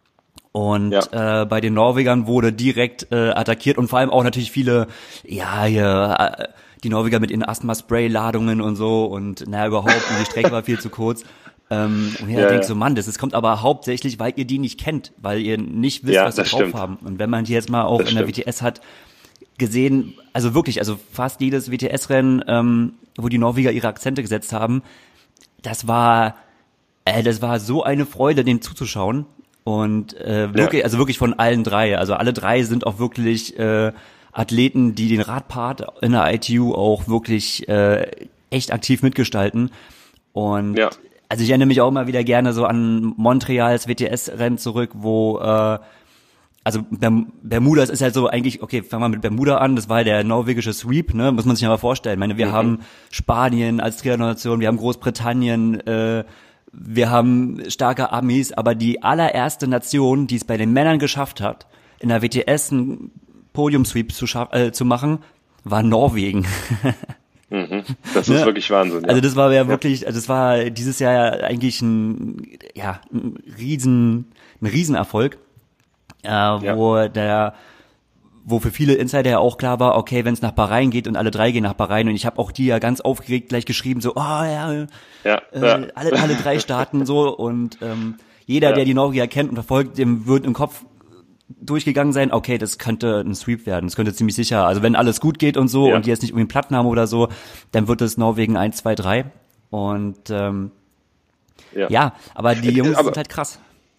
Und ja. äh, bei den Norwegern wurde direkt äh, attackiert und vor allem auch natürlich viele, ja, hier, äh, die Norweger mit ihren Asthma-Spray-Ladungen und so und naja, überhaupt, und die Strecke war viel zu kurz. Ähm, und ich ja, denke ja. so, Mann, das, das kommt aber hauptsächlich, weil ihr die nicht kennt, weil ihr nicht wisst, ja, was sie drauf stimmt. haben. Und wenn man die jetzt mal auch das in der stimmt. W T S hat gesehen, also wirklich, also fast jedes W T S-Rennen, ähm, wo die Norweger ihre Akzente gesetzt haben, das war, äh, das war so eine Freude, dem zuzuschauen. Und äh, wirklich, ja. also wirklich von allen drei. Also alle drei sind auch wirklich äh, Athleten, die den Radpart in der I T U auch wirklich äh, echt aktiv mitgestalten. Und ja. also ich erinnere mich auch immer wieder gerne so an Montreals W T S-Rennen zurück, wo äh, also Bermudas ist halt so eigentlich, okay, fangen wir mit Bermuda an, das war der norwegische Sweep, ne, muss man sich mal vorstellen. Ich meine, wir mhm. haben Spanien als Triathlon-Nation, wir haben Großbritannien, äh, wir haben starke Amis, aber die allererste Nation, die es bei den Männern geschafft hat, in der W T S einen Podium-Sweep zu, scha- äh, zu machen, war Norwegen. Mhm. Das ist ne? wirklich Wahnsinn. Ja. Also das war ja wirklich, also das war dieses Jahr ja eigentlich ein, ja, ein riesen, ein Riesenerfolg. Äh, wo ja. der, wo für viele Insider ja auch klar war, okay, wenn es nach Bahrain geht und alle drei gehen nach Bahrain, und ich habe auch die ja ganz aufgeregt gleich geschrieben, so, oh ja, ja, äh, ja. alle alle drei starten so, und ähm, jeder, ja. der die Norweger kennt und verfolgt, dem wird im Kopf durchgegangen sein, okay, das könnte ein Sweep werden, das könnte ziemlich sicher, also wenn alles gut geht und so ja. und die jetzt nicht irgendwie einen Platten haben oder so, dann wird es Norwegen eins, zwei, drei und ähm, ja. ja, aber die Jungs aber, sind halt krass.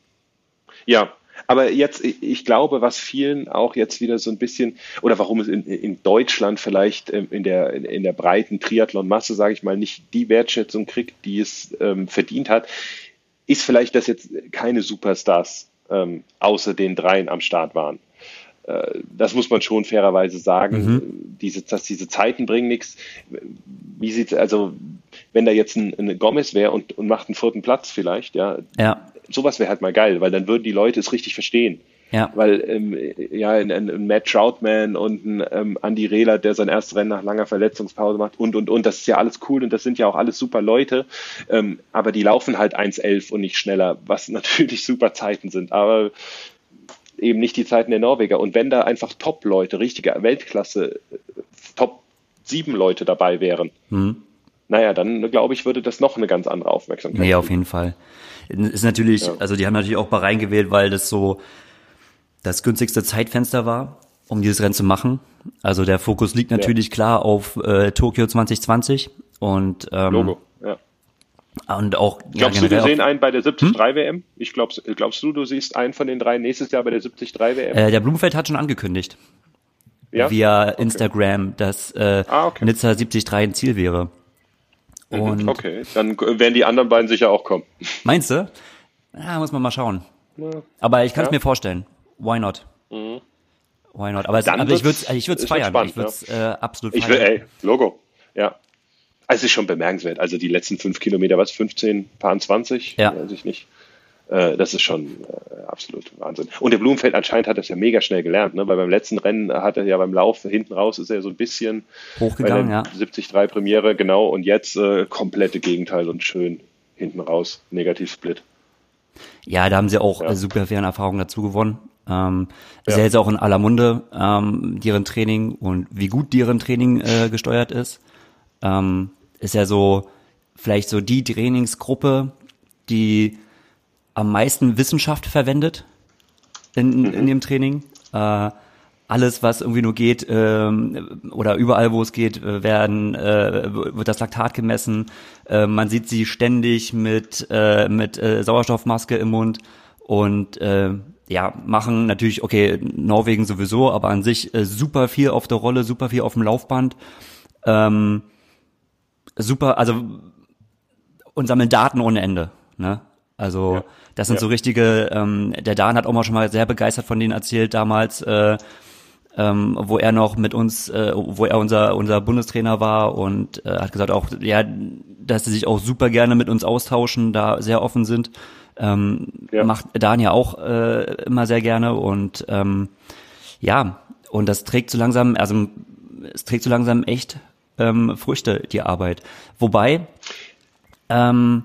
Ja, aber jetzt, ich glaube, was vielen auch jetzt wieder so ein bisschen, oder warum es in, in Deutschland vielleicht in der, in der breiten Triathlon-Masse, sage ich mal, nicht die Wertschätzung kriegt, die es ähm, verdient hat, ist vielleicht, dass jetzt keine Superstars ähm, außer den dreien am Start waren. Äh, das muss man schon fairerweise sagen. Mhm. Diese, dass diese Zeiten bringen nichts. Wie sieht's, also, wenn da jetzt ein, ein Gomez wäre und, und macht einen vierten Platz vielleicht, ja, ja. sowas wäre halt mal geil, weil dann würden die Leute es richtig verstehen. Ja. Weil ähm, ja, ein, ein Matt Troutman und ein ähm, Andy Rehler, der sein erstes Rennen nach langer Verletzungspause macht und, und, und, das ist ja alles cool und das sind ja auch alles super Leute, ähm, aber die laufen halt eins elf und nicht schneller, was natürlich super Zeiten sind, aber eben nicht die Zeiten der Norweger. Und wenn da einfach Top-Leute, richtige Weltklasse, Top sieben Leute dabei wären, mhm. naja, dann glaube ich, würde das noch eine ganz andere Aufmerksamkeit Nee, auf jeden Fall. Ist natürlich, ja. also die haben natürlich auch Bahrain gewählt, weil das so das günstigste Zeitfenster war, um dieses Rennen zu machen. Also der Fokus liegt natürlich ja. klar auf äh, Tokio zwanzig zwanzig und ähm, Logo, ja. Und auch, glaubst ja, du, wir sehen einen bei der siebzig drei W M? Ich glaubst, glaubst du, du siehst einen von den drei nächstes Jahr bei der siebzig drei W M? Äh, der Blumfeld hat schon angekündigt, ja? via okay. Instagram, dass äh, ah, okay. Nizza siebzig drei ein Ziel wäre. Und okay, dann werden die anderen beiden sicher auch kommen. Meinst du? Ja, muss man mal schauen. Ja. Aber ich kann es ja. mir vorstellen. Why not? Mhm. Why not? Aber, es, aber ich würde ich würde es feiern. Spannend, ich würde es ja. äh, absolut ich feiern. Will, ey, Logo. Ja. Also es ist schon bemerkenswert. Also die letzten fünf Kilometer, was? fünfzehn, paar zwanzig? Ja. Weiß ich nicht. Äh, das ist schon äh, absolut Wahnsinn. Und der Blumenfeld anscheinend hat das ja mega schnell gelernt, ne? Weil beim letzten Rennen hat er ja beim Lauf hinten raus ist er so ein bisschen hochgegangen, ja. siebzig drei Premiere, genau. Und jetzt äh, komplette Gegenteil und schön hinten raus. Negativ-Split. Ja, da haben sie auch ja. super fairen Erfahrungen dazu gewonnen. Ähm, ist ja. ja jetzt auch in aller Munde, ähm, deren Training und wie gut deren Training äh, gesteuert ist. Ähm, ist ja so, vielleicht so die Trainingsgruppe, die am meisten Wissenschaft verwendet in, mhm. in dem Training. Äh, alles, was irgendwie nur geht, ähm, oder überall, wo es geht, werden, äh, wird das Laktat gemessen. Äh, man sieht sie ständig mit, äh, mit äh, Sauerstoffmaske im Mund und äh, ja, machen natürlich, okay, Norwegen sowieso, aber an sich äh, super viel auf der Rolle, super viel auf dem Laufband. Ähm, super, also und sammeln Daten ohne Ende, ne? Also ja. das sind ja. so richtige, ähm, der Dan hat auch mal schon mal sehr begeistert von denen erzählt damals, äh, ähm, wo er noch mit uns, äh, wo er unser unser Bundestrainer war und äh, hat gesagt auch, ja, dass sie sich auch super gerne mit uns austauschen, da sehr offen sind. Ähm, ja. Macht Dan ja auch äh, immer sehr gerne und ähm, ja, und das trägt so langsam, also es trägt so langsam echt ähm, Früchte, die Arbeit. Wobei ähm,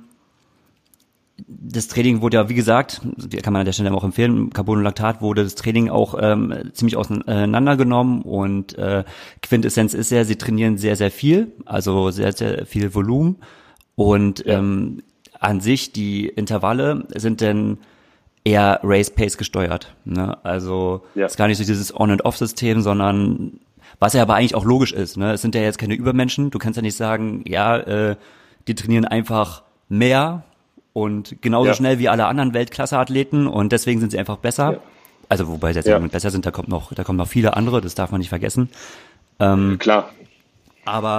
das Training wurde ja, wie gesagt, kann man an der Stelle auch empfehlen, Carbon und Laktat wurde das Training auch ähm, ziemlich auseinandergenommen und äh, Quintessenz ist ja, sie trainieren sehr, sehr viel, also sehr, sehr viel Volumen und ja. ähm, an sich, die Intervalle sind dann eher Race-Pace gesteuert. Ne? Also es ja. ist gar nicht so dieses On- and Off-System, sondern was ja aber eigentlich auch logisch ist. Ne? Es sind ja jetzt keine Übermenschen. Du kannst ja nicht sagen, ja, äh, die trainieren einfach mehr und genauso ja. schnell wie alle anderen Weltklasse-Athleten und deswegen sind sie einfach besser. Ja. Also wobei sie jetzt ja. besser sind, da kommt noch, da kommen noch viele andere, das darf man nicht vergessen. Ähm, Klar. Aber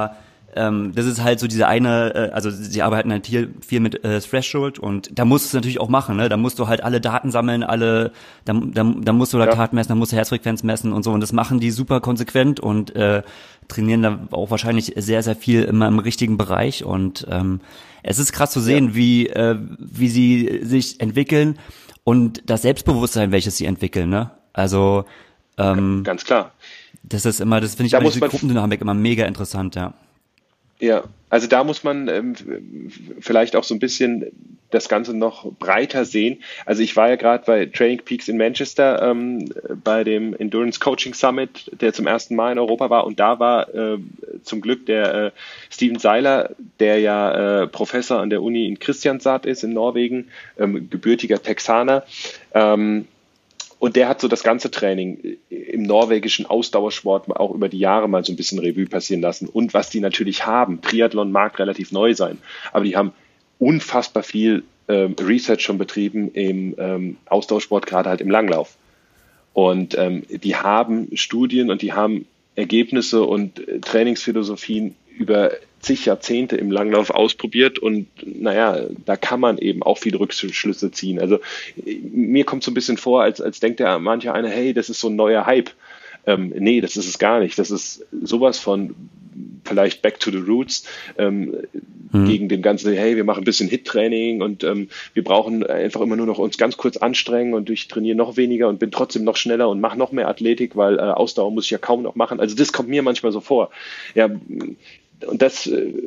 ähm, das ist halt so diese eine, äh, also sie arbeiten halt hier viel mit äh, Threshold und da musst du es natürlich auch machen, ne? Da musst du halt alle Daten sammeln, alle, da, da, da musst du Laktat ja. messen, da musst du Herzfrequenz messen und so und das machen die super konsequent und äh, trainieren da auch wahrscheinlich sehr, sehr viel immer im richtigen Bereich und ähm, es ist krass zu sehen, ja. wie äh, wie sie sich entwickeln und das Selbstbewusstsein, welches sie entwickeln, ne? Also ähm, ganz klar. Das ist immer, das finde ich da immer diese Gruppendynamik immer mega interessant, ja. Ja, also da muss man ähm, vielleicht auch so ein bisschen das Ganze noch breiter sehen. Also ich war ja gerade bei Training Peaks in Manchester ähm, bei dem Endurance Coaching Summit, der zum ersten Mal in Europa war und da war äh, zum Glück der äh, Steven Seiler, der ja äh, Professor an der Uni in Kristiansand ist in Norwegen, ähm, gebürtiger Texaner. Ähm, Und der hat so das ganze Training im norwegischen Ausdauersport auch über die Jahre mal so ein bisschen Revue passieren lassen. Und was die natürlich haben, Triathlon mag relativ neu sein, aber die haben unfassbar viel ähm, Research schon betrieben im ähm, Ausdauersport, gerade halt im Langlauf. Und ähm, die haben Studien und die haben Ergebnisse und äh, Trainingsphilosophien über zig Jahrzehnte im Langlauf ausprobiert und naja, da kann man eben auch viele Rückschlüsse ziehen. Also mir kommt so ein bisschen vor, als, als denkt ja mancher einer, hey, das ist so ein neuer Hype. Ähm, nee, das ist es gar nicht. Das ist sowas von vielleicht back to the roots ähm, hm. gegen den ganzen, hey, wir machen ein bisschen Hit-Training und ähm, wir brauchen einfach immer nur noch uns ganz kurz anstrengen und ich trainiere noch weniger und bin trotzdem noch schneller und mache noch mehr Athletik, weil äh, Ausdauer muss ich ja kaum noch machen. Also das kommt mir manchmal so vor. Ja, und das,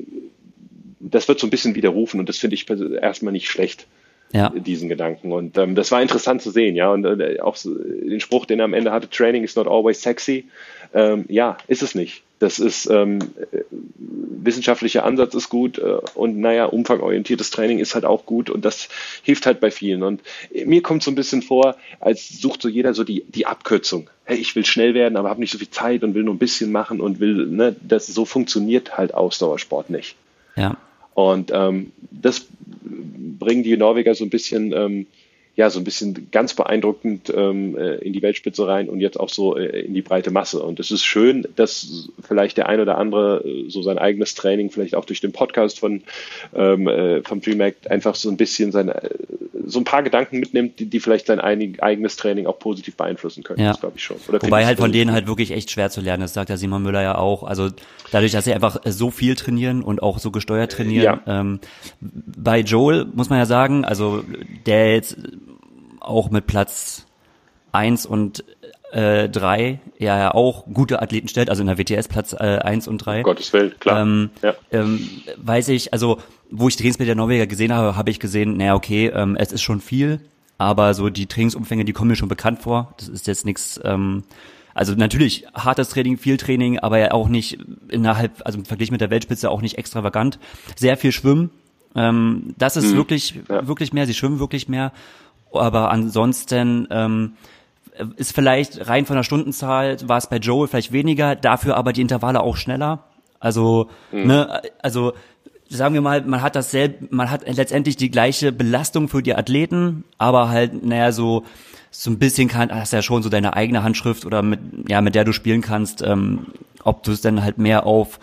das wird so ein bisschen widerrufen und das finde ich erstmal nicht schlecht, ja. diesen Gedanken. Und ähm, das war interessant zu sehen, ja. Und äh, auch so, den Spruch, den er am Ende hatte, Training is not always sexy. Ähm, ja, ist es nicht. Das ist, ähm, wissenschaftlicher Ansatz ist gut äh, und naja, umfangorientiertes Training ist halt auch gut und das hilft halt bei vielen. Und mir kommt so ein bisschen vor, als sucht so jeder so die, die Abkürzung. Hey, ich will schnell werden, aber habe nicht so viel Zeit und will nur ein bisschen machen und will, ne, das so funktioniert halt Ausdauersport nicht. Ja. Und ähm, das bringen die Norweger so ein bisschen, ähm, ja, so ein bisschen ganz beeindruckend ähm, in die Weltspitze rein und jetzt auch so äh, in die breite Masse. Und es ist schön, dass vielleicht der ein oder andere äh, so sein eigenes Training, vielleicht auch durch den Podcast von ähm, äh, vom DreamHack einfach so ein bisschen sein, äh, so ein paar Gedanken mitnimmt, die, die vielleicht sein einig, eigenes Training auch positiv beeinflussen können. Ja. Das glaube ich schon. Oder Wobei halt von denen halt wirklich echt schwer zu lernen ist, sagt der Simon Müller ja auch. Also dadurch, dass sie einfach so viel trainieren und auch so gesteuert trainieren. Ja. Ähm, bei Joel muss man ja sagen, also der jetzt auch mit Platz eins und äh, drei ja, ja auch gute Athleten stellt, also in der W T S Platz äh, eins und drei. Um Gottes Willen, klar. Ähm, ja. ähm, weiß ich, also wo ich Trainingsbilder der Norweger gesehen habe, habe ich gesehen, naja, okay, ähm, es ist schon viel, aber so die Trainingsumfänge, die kommen mir schon bekannt vor. Das ist jetzt nichts, ähm, also natürlich hartes Training, viel Training, aber ja auch nicht innerhalb, also im Vergleich mit der Weltspitze auch nicht extravagant. Sehr viel Schwimmen, ähm, das ist hm. wirklich, ja. wirklich mehr, sie schwimmen wirklich mehr. Aber ansonsten ähm, ist vielleicht rein von der Stundenzahl war es bei Joel vielleicht weniger, dafür aber die Intervalle auch schneller. Also, mhm. ne, also sagen wir mal, man hat dasselbe, man hat letztendlich die gleiche Belastung für die Athleten, aber halt, naja, so so ein bisschen kann, hast ja schon so deine eigene Handschrift oder mit, ja, mit der du spielen kannst, ähm, ob du es dann halt mehr auf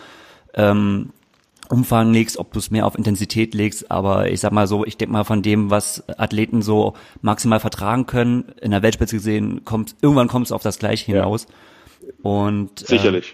ähm, Umfang legst, ob du es mehr auf Intensität legst, aber ich sag mal so, ich denke mal von dem, was Athleten so maximal vertragen können, in der Weltspitze gesehen, kommt irgendwann kommt es auf das Gleiche hinaus. Ja. Und sicherlich. Äh,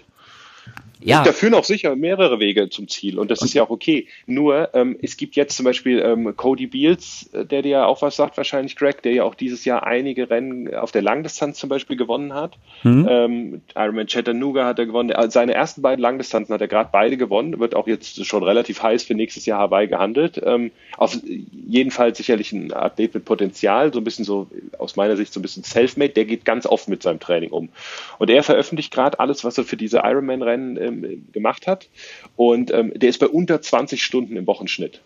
ja. Da führen auch sicher mehrere Wege zum Ziel und das und, ist ja auch okay. Nur, ähm, es gibt jetzt zum Beispiel ähm, Cody Beals, der dir ja auch was sagt, wahrscheinlich Greg, der ja auch dieses Jahr einige Rennen auf der Langdistanz zum Beispiel gewonnen hat. Mhm. Ähm, Ironman Chattanooga hat er gewonnen. Seine ersten beiden Langdistanzen hat er gerade beide gewonnen. Wird auch jetzt schon relativ heiß für nächstes Jahr Hawaii gehandelt. Ähm, auf jeden Fall sicherlich ein Athlet mit Potenzial, so ein bisschen so, aus meiner Sicht so ein bisschen self-made. Der geht ganz oft mit seinem Training um. Und er veröffentlicht gerade alles, was er für diese Ironman-Rennen ähm, gemacht hat und ähm, der ist bei unter zwanzig Stunden im Wochenschnitt.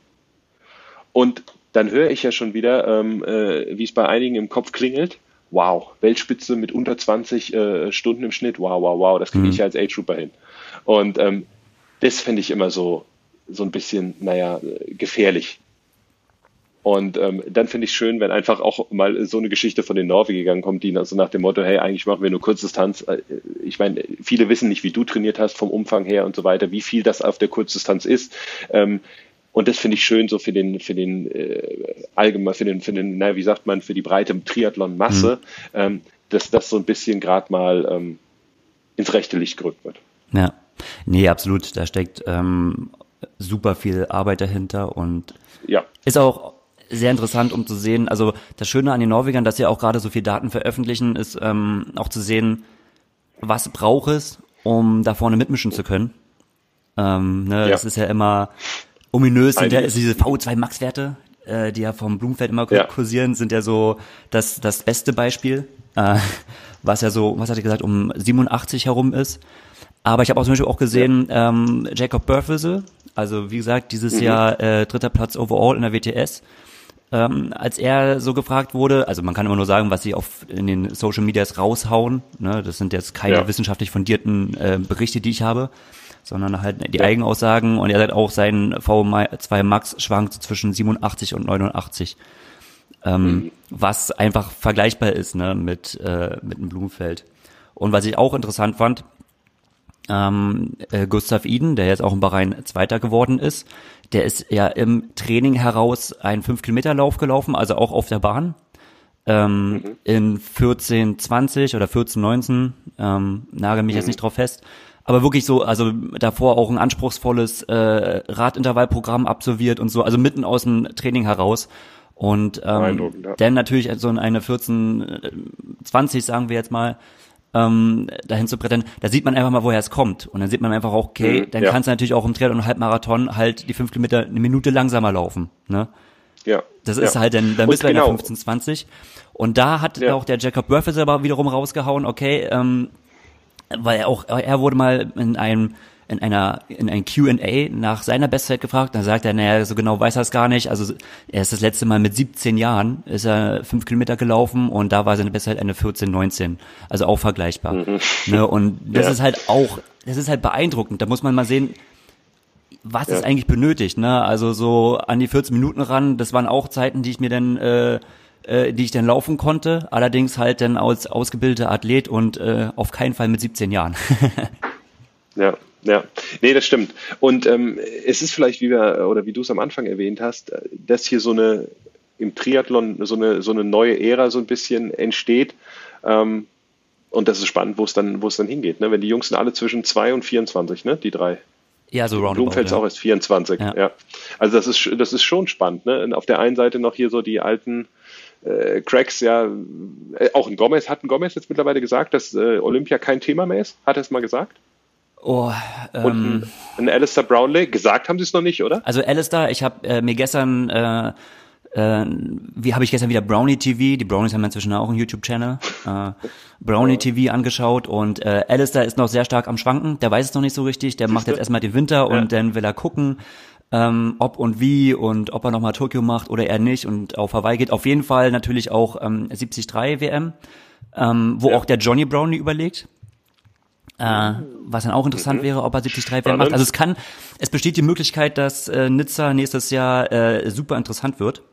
Und dann höre ich ja schon wieder, ähm, äh, wie es bei einigen im Kopf klingelt, wow, Weltspitze mit unter zwanzig äh, Stunden im Schnitt, wow, wow, wow, das kriege ich ja als Age-Trooper hin. Und ähm, das finde ich immer so, so ein bisschen, naja, gefährlich. Und ähm, dann finde ich schön, wenn einfach auch mal so eine Geschichte von den Norwegern kommt, die also nach dem Motto, hey, eigentlich machen wir nur Kurzdistanz. Ich meine, viele wissen nicht, wie du trainiert hast vom Umfang her und so weiter, wie viel das auf der Kurzdistanz ist. Ähm, und das finde ich schön so für den, für den äh, allgemein, für den, für den, na, wie sagt man, für die breite Triathlon-Masse, mhm. ähm, dass das so ein bisschen gerade mal ähm, ins rechte Licht gerückt wird. Ja, nee, absolut. Da steckt ähm, super viel Arbeit dahinter und ja. ist auch sehr interessant, um zu sehen, also das Schöne an den Norwegern, dass sie auch gerade so viel Daten veröffentlichen, ist ähm, auch zu sehen, was braucht es, um da vorne mitmischen zu können. Ähm, ne, ja. Das ist ja immer ominös, sind ja diese V O zwei Max-Werte, äh, die ja vom Blumfeld immer ja. kursieren, sind ja so das das beste Beispiel, äh, was ja so, was hatte ich gesagt, um siebenundachtzig herum ist. Aber ich habe auch zum Beispiel auch gesehen, ja. ähm, Jacob Burfisel, also wie gesagt, dieses mhm. Jahr äh, dritter Platz overall in der W T S. Ähm, als er so gefragt wurde, also man kann immer nur sagen, was sie auf in den Social Medias raushauen, ne, das sind jetzt keine ja. wissenschaftlich fundierten äh, Berichte, die ich habe, sondern halt die ja. Eigenaussagen, und er sagt auch, sein V O zwei Max schwankt zwischen siebenundachtzig und neunundachtzig, ähm, mhm. was einfach vergleichbar ist, ne, mit äh, mit dem Blumfeld. Und was ich auch interessant fand, ähm, äh, Gustav Iden, der jetzt auch in Bahrain Zweiter geworden ist, der ist ja im Training heraus einen fünf Kilometer Lauf gelaufen, also auch auf der Bahn, ähm, mhm. in vierzehn zwanzig oder vierzehn neunzehn, ähm, nagel mich mhm. jetzt nicht drauf fest, aber wirklich so, also davor auch ein anspruchsvolles äh, Radintervallprogramm absolviert und so, also mitten aus dem Training heraus. Und ähm, ja. dann natürlich so eine vierzehn zwanzig, sagen wir jetzt mal, ähm, dahin zu brettern, da sieht man einfach mal, woher es kommt. Und dann sieht man einfach auch, okay, mhm, dann ja. kannst du natürlich auch im Triathlon und Halbmarathon halt die fünf Kilometer eine Minute langsamer laufen. Ne? Ja. Das ist ja. halt dann, dann bist du genau. bei der fünfzehn zwanzig. Und da hat ja. auch der Jacob Burfisel aber wiederum rausgehauen, okay, ähm, weil er auch, er wurde mal in einem in einer in ein Q and A nach seiner Bestzeit gefragt, dann sagt er, naja, so genau weiß er es gar nicht, also er ist das letzte Mal mit siebzehn Jahren, ist er fünf Kilometer gelaufen und da war seine Bestzeit eine vierzehn neunzehn, also auch vergleichbar. Mhm. Ne, und das ja. ist halt auch, das ist halt beeindruckend, da muss man mal sehen, was ja. ist eigentlich benötigt, ne, also so an die vierzehn Minuten ran, das waren auch Zeiten, die ich mir dann äh, äh, die ich dann laufen konnte, allerdings halt dann als ausgebildeter Athlet und äh, auf keinen Fall mit siebzehn Jahren. Ja. Ja, nee, das stimmt. Und ähm, es ist vielleicht, wie wir oder wie du es am Anfang erwähnt hast, dass hier so eine im Triathlon so eine so eine neue Ära so ein bisschen entsteht. Ähm, und das ist spannend, wo es dann wo es dann hingeht. Ne? Wenn die Jungs sind alle zwischen zwei und vierundzwanzig, ne, die drei. Ja, so roundabout. Blumfeld ist ja. auch erst vierundzwanzig. Ja. ja. Also das ist das ist schon spannend. Ne? Und auf der einen Seite noch hier so die alten äh, Cracks, ja, äh, auch ein Gomez hat ein Gomez jetzt mittlerweile gesagt, dass äh, Olympia kein Thema mehr ist. Hat er es mal gesagt? Oh, ähm, und ein, ein Alistair Brownlee, gesagt haben sie es noch nicht, oder? Also Alistair, ich habe äh, mir gestern, äh, äh, wie habe ich gestern wieder Brownie T V, die Brownies haben inzwischen auch einen YouTube-Channel, äh, Brownie T V angeschaut und äh, Alistair ist noch sehr stark am Schwanken, der weiß es noch nicht so richtig, der macht jetzt erstmal den Winter und ja. dann will er gucken, ähm, ob und wie und ob er nochmal Tokio macht oder er nicht und auf Hawaii geht. Auf jeden Fall natürlich auch ähm, siebzig drei W M, ähm, wo ja. auch der Johnny Brownlee überlegt. Äh, was dann auch interessant mhm. wäre, ob er siebzig drei W M macht. Also es kann, es besteht die Möglichkeit, dass äh, Nizza nächstes Jahr äh, super interessant wird.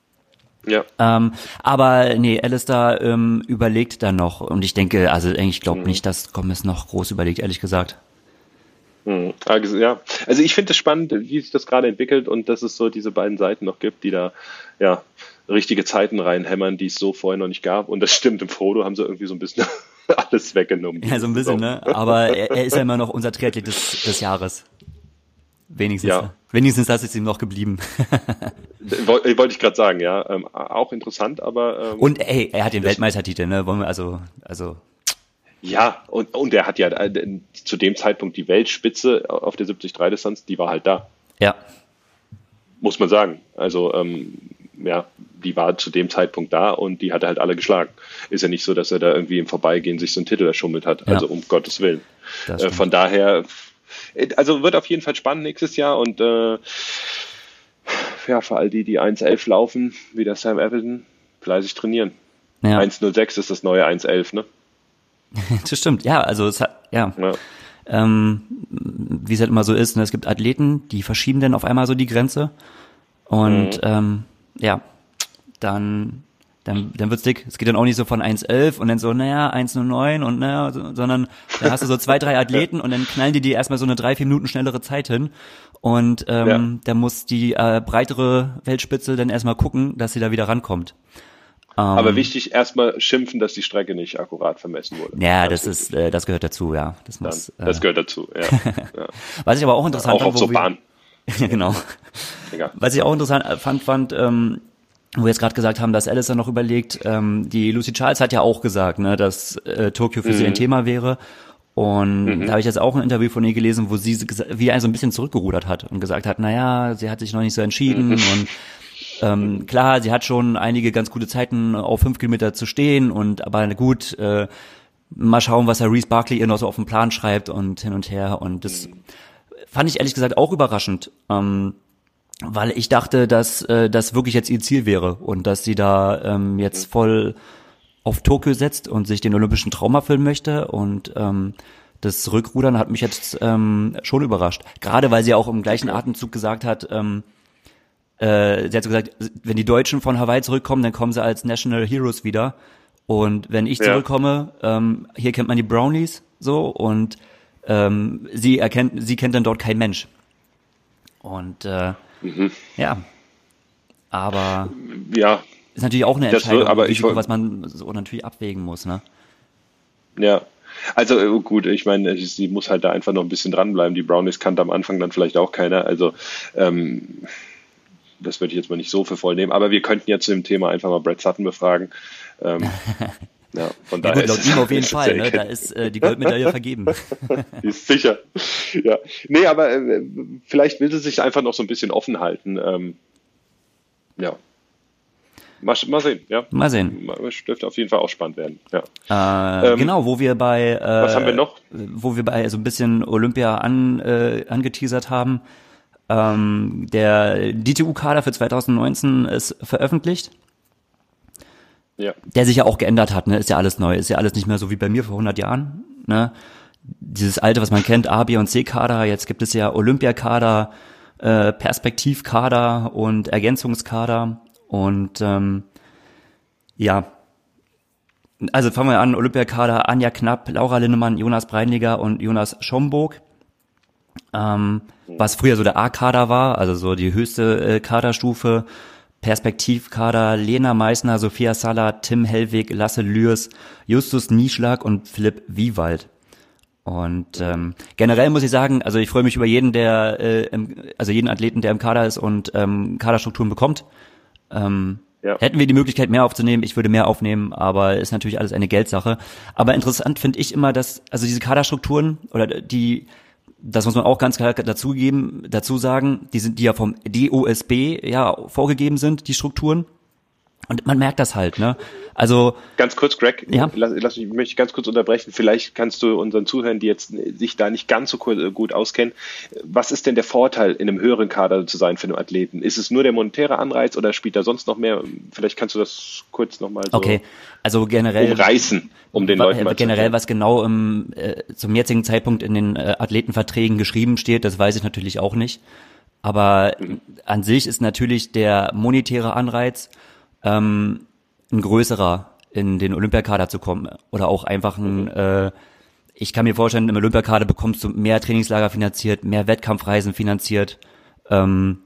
Ja. Ähm, aber nee, Alistair ähm, überlegt dann noch und ich denke, also ich glaube mhm. nicht, dass Gomez noch groß überlegt, ehrlich gesagt. Mhm. Also, ja, also ich finde es spannend, wie sich das gerade entwickelt und dass es so diese beiden Seiten noch gibt, die da ja richtige Zeiten reinhämmern, die es so vorher noch nicht gab. Und das stimmt, im Frodo haben sie irgendwie so ein bisschen alles weggenommen. Ja, so ein bisschen, ne? Aber er, er ist ja immer noch unser Triathlet des, des Jahres. Wenigstens. Ja. Wenigstens das ist ihm noch geblieben. Wollte wollt ich gerade sagen, ja. Ähm, auch interessant, aber... Ähm, und ey, er hat den Weltmeistertitel, ne? Wollen wir also... also ja, und, und er hat ja äh, zu dem Zeitpunkt die Weltspitze auf der siebzig drei Distanz, die war halt da. Ja. Muss man sagen. Also, ähm, ja, die war zu dem Zeitpunkt da und die hat er halt alle geschlagen. Ist ja nicht so, dass er da irgendwie im Vorbeigehen sich so einen Titel erschummelt hat. Ja. Also um Gottes Willen. Äh, von daher, also wird auf jeden Fall spannend nächstes Jahr und äh, ja, für all die, die eins elf laufen, wie der Sam Appleton, fleißig trainieren. Ja. eins null sechs ist das neue eins elf, ne? Das stimmt, ja, also es hat, ja. ja. Ähm, wie es halt immer so ist, ne? Es gibt Athleten, die verschieben dann auf einmal so die Grenze und mhm. ähm, ja, dann, dann, dann wird's dick. Es geht dann auch nicht so von eins elf und dann so, naja, eins null neun und naja, so, sondern dann hast du so zwei, drei Athleten und dann knallen die dir erstmal so eine drei, vier Minuten schnellere Zeit hin. Und ähm, ja. da muss die äh, breitere Weltspitze dann erstmal gucken, dass sie da wieder rankommt. Aber ähm, wichtig, erstmal schimpfen, dass die Strecke nicht akkurat vermessen wurde. Ja, das ist, äh, das gehört dazu, ja. Das muss. Dann, das äh, gehört dazu, ja. ja. Was ich aber auch interessant auch fand, auf so Bahn. Ja, genau. Egal. Was ich auch interessant fand, fand, ähm, wo wir jetzt gerade gesagt haben, dass Alice noch überlegt, ähm, die Lucy Charles hat ja auch gesagt, ne, dass äh, Tokio für mhm. sie ein Thema wäre. Und mhm. da habe ich jetzt auch ein Interview von ihr gelesen, wo sie wie ein so ein bisschen zurückgerudert hat und gesagt hat, naja, sie hat sich noch nicht so entschieden mhm. und ähm, klar, sie hat schon einige ganz gute Zeiten auf fünf Kilometer zu stehen und aber gut, äh, mal schauen, was Herr Reece Barkley ihr noch so auf den Plan schreibt und hin und her und das mhm. fand ich ehrlich gesagt auch überraschend, ähm, weil ich dachte, dass äh, das wirklich jetzt ihr Ziel wäre und dass sie da ähm, jetzt voll auf Tokio setzt und sich den olympischen Traum erfüllen möchte und ähm, das Rückrudern hat mich jetzt ähm, schon überrascht. Gerade weil sie auch im gleichen Atemzug gesagt hat, ähm, äh, sie hat so gesagt, wenn die Deutschen von Hawaii zurückkommen, dann kommen sie als National Heroes wieder und wenn ich zurückkomme, ja. ähm, hier kennt man die Brownies so und ähm, sie erkennt, sie kennt dann dort kein Mensch. Und äh, mhm. ja, aber ja. ist natürlich auch eine Entscheidung, wird, aber Risiko, ich, was man so natürlich abwägen muss, ne? Ja, also gut, ich meine, sie muss halt da einfach noch ein bisschen dranbleiben. Die Brownies kannte am Anfang dann vielleicht auch keiner, also ähm, das würde ich jetzt mal nicht so für voll nehmen, aber wir könnten ja zu dem Thema einfach mal Brad Sutton befragen. Ähm, ja, von ja, daher gut, laut ihm auf jeden Fall, ne? Da ist äh, die Goldmedaille vergeben. Die ist sicher. Ja. Nee, aber äh, vielleicht will sie sich einfach noch so ein bisschen offen halten. Ähm, ja. Mal, mal sehen, ja. Mal sehen. Es dürfte auf jeden Fall auch spannend werden. Ja. Äh, ähm, genau, wo wir bei äh, was haben wir noch? Wo wir bei so ein bisschen Olympia an, äh, angeteasert haben. Ähm, der D T U-Kader für zwanzig neunzehn ist veröffentlicht. Ja. Der sich ja auch geändert hat, ne? Ist ja alles neu, ist ja alles nicht mehr so wie bei mir vor hundert Jahren, ne? Dieses alte, was man kennt, A, B und C-Kader, jetzt gibt es ja Olympiakader, äh, Perspektivkader und Ergänzungskader und ähm, ja, also fangen wir an, Olympiakader, Anja Knapp, Laura Linnemann, Jonas Breinliger und Jonas Schomburg, ähm, was früher so der A-Kader war, also so die höchste äh, Kaderstufe. Perspektivkader, Lena Meissner, Sophia Salah, Tim Hellwig, Lasse Lührs, Justus Nieschlag und Philipp Wiewald. Und ähm, generell muss ich sagen, also ich freue mich über jeden, der, äh, im, also jeden Athleten, der im Kader ist und ähm, Kaderstrukturen bekommt. Ähm, ja. Hätten wir die Möglichkeit, mehr aufzunehmen, ich würde mehr aufnehmen, aber ist natürlich alles eine Geldsache. Aber interessant finde ich immer, dass, also diese Kaderstrukturen oder die, das muss man auch ganz klar dazu geben, dazu sagen, die sind, die ja vom D O S B ja vorgegeben sind, die Strukturen. Und man merkt das halt, ne? Also ganz kurz, Greg, ja? lass, lass mich, möchte ich ganz kurz unterbrechen. Vielleicht kannst du unseren Zuhörern, die jetzt sich da nicht ganz so gut auskennen, was ist denn der Vorteil, in einem höheren Kader zu sein für einen Athleten? Ist es nur der monetäre Anreiz oder spielt da sonst noch mehr? Vielleicht kannst du das kurz nochmal so okay. Also generell umreißen, um den Leuten mal generell, zu was genau im, äh, zum jetzigen Zeitpunkt in den äh, Athletenverträgen geschrieben steht, das weiß ich natürlich auch nicht. Aber mhm. an sich ist natürlich der monetäre Anreiz ähm, ein größerer, in den Olympiakader zu kommen oder auch einfach ein, äh, ich kann mir vorstellen, im Olympiakader bekommst du mehr Trainingslager finanziert, mehr Wettkampfreisen finanziert. Ähm,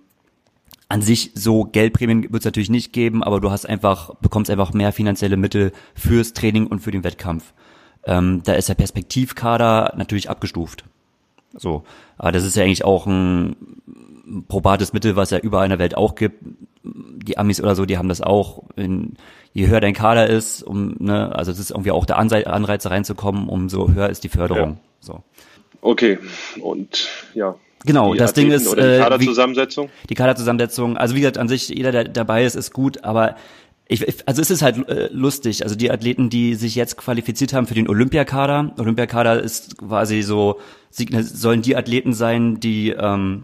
an sich so Geldprämien wird es natürlich nicht geben, aber du hast einfach, bekommst einfach mehr finanzielle Mittel fürs Training und für den Wettkampf. Ähm, da ist der Perspektivkader natürlich abgestuft. So, aber das ist ja eigentlich auch ein probates Mittel, was ja überall in der Welt auch gibt. Die Amis oder so, die haben das auch. In, je höher dein Kader ist, um, ne, also es ist irgendwie auch der Anreiz reinzukommen, umso höher ist die Förderung. Ja. So. Okay, und ja. Genau, das Ding ist oder die Kaderzusammensetzung. Äh, wie, die Kaderzusammensetzung. Also wie gesagt, an sich jeder, der dabei ist, ist gut, aber ich, also es ist halt äh, lustig. Also die Athleten, die sich jetzt qualifiziert haben für den Olympiakader. Olympiakader ist quasi so, sollen die Athleten sein, die ähm,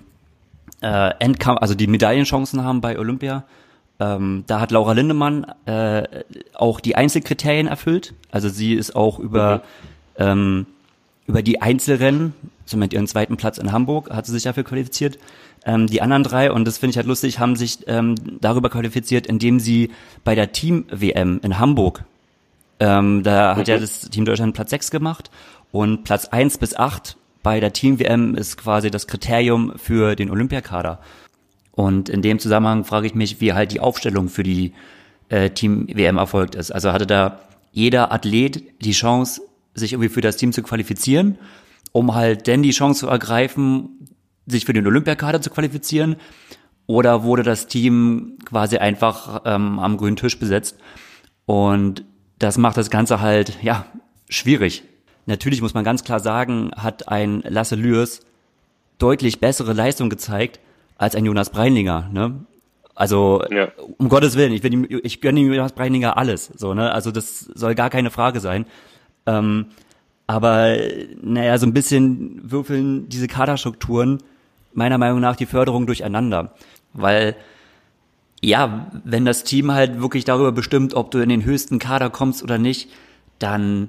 äh, Endkampf, also die Medaillenchancen haben bei Olympia. Ähm, da hat Laura Lindemann äh, auch die Einzelkriterien erfüllt. Also sie ist auch über mhm. ähm, über die Einzelrennen, somit ihren zweiten Platz in Hamburg, hat sie sich dafür qualifiziert. Ähm, die anderen drei, und das finde ich halt lustig, haben sich ähm, darüber qualifiziert, indem sie bei der Team-W M in Hamburg, ähm, da hat okay. ja das Team Deutschland Platz sechs gemacht und Platz eins bis acht bei der Team-W M ist quasi das Kriterium für den Olympiakader. Und in dem Zusammenhang frage ich mich, wie halt die Aufstellung für die äh, Team-W M erfolgt ist. Also hatte da jeder Athlet die Chance, sich irgendwie für das Team zu qualifizieren, um halt dann die Chance zu ergreifen, sich für den Olympiakader zu qualifizieren, oder wurde das Team quasi einfach ähm, am grünen Tisch besetzt? Und das macht das Ganze halt, ja, schwierig. Natürlich muss man ganz klar sagen, hat ein Lasse Lührs deutlich bessere Leistung gezeigt als ein Jonas Breinlinger, ne? Also, ja. um Gottes Willen, ich, will ihm, ich gönne ihm Jonas Breinlinger alles, so, ne? Also das soll gar keine Frage sein. Ähm, aber, naja, so ein bisschen würfeln diese Kaderstrukturen meiner Meinung nach die Förderung durcheinander. Weil, ja, wenn das Team halt wirklich darüber bestimmt, ob du in den höchsten Kader kommst oder nicht, dann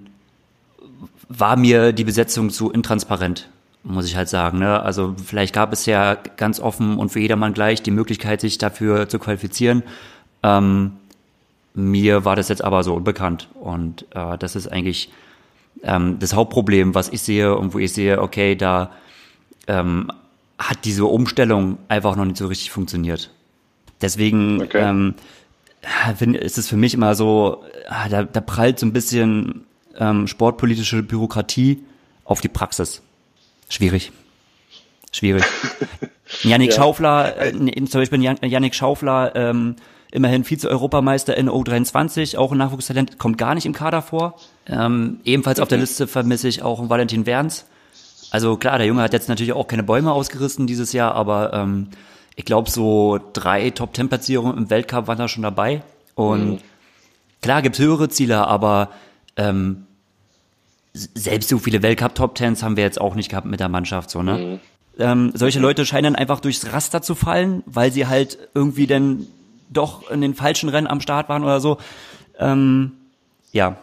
war mir die Besetzung zu intransparent, muss ich halt sagen, ne? Also vielleicht gab es ja ganz offen und für jedermann gleich die Möglichkeit, sich dafür zu qualifizieren. Ähm, mir war das jetzt aber so unbekannt. Und äh, das ist eigentlich ähm, das Hauptproblem, was ich sehe und wo ich sehe, okay, da ähm, hat diese Umstellung einfach noch nicht so richtig funktioniert. Deswegen okay. ähm, ist es für mich immer so, da, da prallt so ein bisschen ähm, sportpolitische Bürokratie auf die Praxis. Schwierig. Schwierig. Yannick ja. Schaufler, äh, zum Beispiel Yannick Schaufler, ähm, immerhin Vize-Europameister in O dreiundzwanzig, auch ein Nachwuchstalent, kommt gar nicht im Kader vor. Ähm, ebenfalls auf der Liste vermisse ich auch einen Valentin Werns. Also klar, der Junge hat jetzt natürlich auch keine Bäume ausgerissen dieses Jahr, aber ähm, ich glaube, so drei Top-Ten-Platzierungen im Weltcup waren da schon dabei. Und mhm. klar gibt's höhere Ziele, aber ähm, selbst so viele Weltcup-Top-Tens haben wir jetzt auch nicht gehabt mit der Mannschaft. So, ne? Mhm. Ähm, solche Leute scheinen einfach durchs Raster zu fallen, weil sie halt irgendwie dann doch in den falschen Rennen am Start waren oder so. Ähm, ja.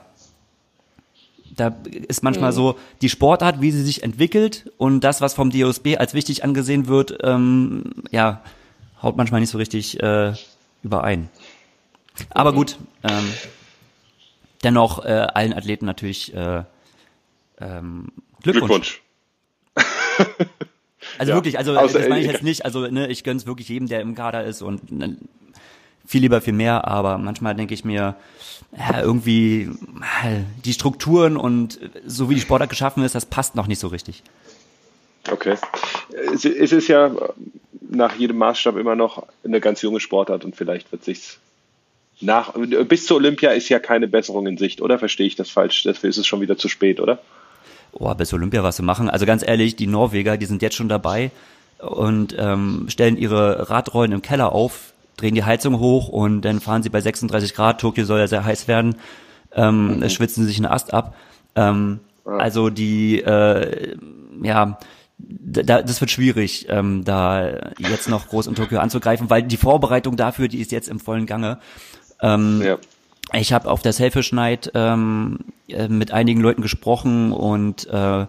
Da ist manchmal mhm. so die Sportart, wie sie sich entwickelt und das, was vom D O S B als wichtig angesehen wird, ähm, ja, haut manchmal nicht so richtig äh, überein. Aber gut, ähm, dennoch äh, allen Athleten natürlich äh, ähm, Glückwunsch. Glückwunsch. Also ja, wirklich, also das meine ich jetzt nicht, also ne, ich gönn's wirklich jedem, der im Kader ist und ne, viel lieber, viel mehr, aber manchmal denke ich mir, ja, irgendwie die Strukturen und so wie die Sportart geschaffen ist, das passt noch nicht so richtig. Okay. Es ist ja nach jedem Maßstab immer noch eine ganz junge Sportart und vielleicht wird sich's nach, bis zur Olympia ist ja keine Besserung in Sicht, oder? Verstehe ich das falsch? Dafür ist es schon wieder zu spät, oder? Oh, bis Olympia was zu machen. Also ganz ehrlich, die Norweger, die sind jetzt schon dabei und ähm, stellen ihre Radrollen im Keller auf, drehen die Heizung hoch und dann fahren sie bei sechsunddreißig Grad. Tokio soll ja sehr heiß werden. Ähm, mhm. Schwitzen sich einen Ast ab. Ähm, ja. Also die, äh, ja, da, das wird schwierig, ähm, da jetzt noch groß in Tokio anzugreifen, weil die Vorbereitung dafür, die ist jetzt im vollen Gange. Ähm, ja. Ich habe auf der Selfish Night ähm, mit einigen Leuten gesprochen und äh,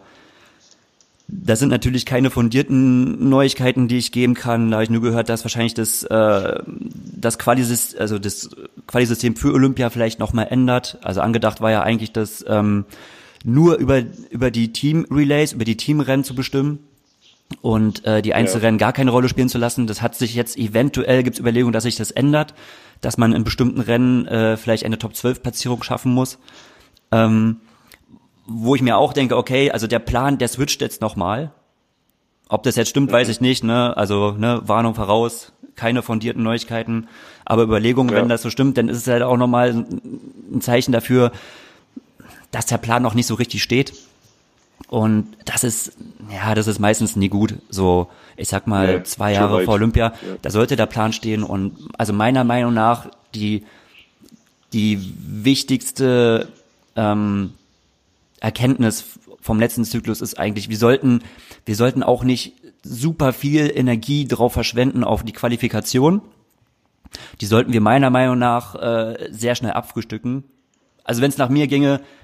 das sind natürlich keine fundierten Neuigkeiten, die ich geben kann. Da habe ich nur gehört, dass wahrscheinlich das äh, das Qualisystem, also das Qualisystem für Olympia vielleicht nochmal ändert. Also angedacht war ja eigentlich, das ähm, nur über über die Team-Relays, über die Teamrennen zu bestimmen und äh, die Einzelrennen ja. gar keine Rolle spielen zu lassen. Das hat sich jetzt eventuell, gibt es Überlegungen, dass sich das ändert, dass man in bestimmten Rennen äh, vielleicht eine Top zwölf Platzierung schaffen muss. Ähm, wo ich mir auch denke, okay, also der Plan, der switcht jetzt nochmal. Ob das jetzt stimmt, weiß ich nicht, ne? Also, ne, Warnung voraus, keine fundierten Neuigkeiten, aber Überlegungen, ja. wenn das so stimmt, dann ist es halt auch nochmal ein Zeichen dafür, dass der Plan noch nicht so richtig steht. Und das ist, ja, das ist meistens nie gut. So, ich sag mal, ja, zwei Jahre right. vor Olympia, ja. da sollte der Plan stehen. Und also meiner Meinung nach die die wichtigste ähm, Erkenntnis vom letzten Zyklus ist eigentlich, wir sollten, wir sollten auch nicht super viel Energie drauf verschwenden auf die Qualifikation. Die sollten wir meiner Meinung nach äh, sehr schnell abfrühstücken. Also wenn es nach mir ginge,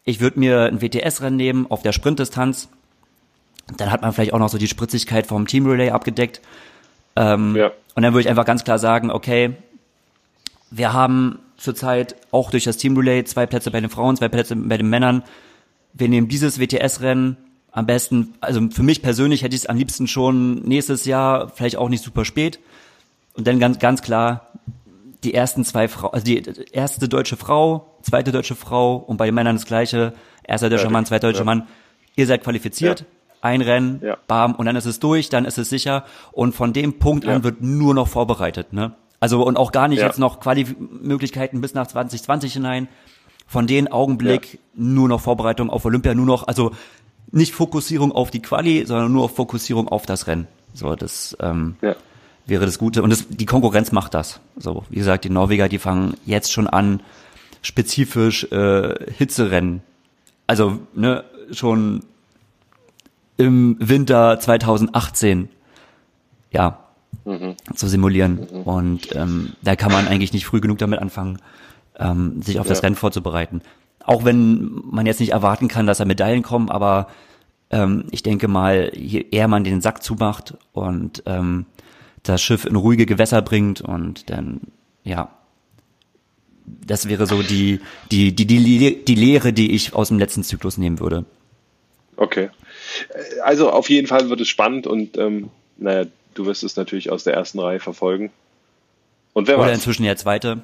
ich würde mir ein W T S-Rennen nehmen auf der Sprintdistanz. Dann hat man vielleicht auch noch so die Spritzigkeit vom Team Relay abgedeckt. Ähm, ja. Und dann würde ich einfach ganz klar sagen, okay, wir haben zurzeit auch durch das Team Relay zwei Plätze bei den Frauen, zwei Plätze bei den Männern. Wir nehmen dieses W T S-Rennen am besten, also für mich persönlich hätte ich es am liebsten schon nächstes Jahr, vielleicht auch nicht super spät. Und dann ganz, ganz klar, die ersten zwei Frauen, also die erste deutsche Frau, zweite deutsche Frau und bei den Männern das Gleiche, erster deutscher ja, Mann, zweiter deutscher ja. Mann. Ihr seid qualifiziert, ja. ein Rennen, ja. bam, und dann ist es durch, dann ist es sicher. Und von dem Punkt ja. an wird nur noch vorbereitet, ne? Also, und auch gar nicht ja. jetzt noch Quali-Möglichkeiten bis nach zwanzig zwanzig hinein. Von dem Augenblick ja. nur noch Vorbereitung auf Olympia, nur noch, also nicht Fokussierung auf die Quali, sondern nur auf Fokussierung auf das Rennen. So, das ähm, ja. wäre das Gute. Und das, die Konkurrenz macht das. So, wie gesagt, die Norweger, die fangen jetzt schon an, spezifisch äh, Hitzerennen. Also, ne, schon im Winter zwanzig achtzehn, ja, mhm. zu simulieren. Mhm. Und ähm, da kann man eigentlich nicht früh genug damit anfangen, ähm, sich auf ja. das Rennen vorzubereiten. Auch wenn man jetzt nicht erwarten kann, dass da Medaillen kommen, aber ähm, ich denke mal, je eher man den Sack zumacht und ähm, das Schiff in ruhige Gewässer bringt und dann, ja, das wäre so die, die, die, die, die Lehre, die ich aus dem letzten Zyklus nehmen würde. Okay. Also auf jeden Fall wird es spannend und ähm, naja, du wirst es natürlich aus der ersten Reihe verfolgen. Und wer Oder weiß? Inzwischen der zweite.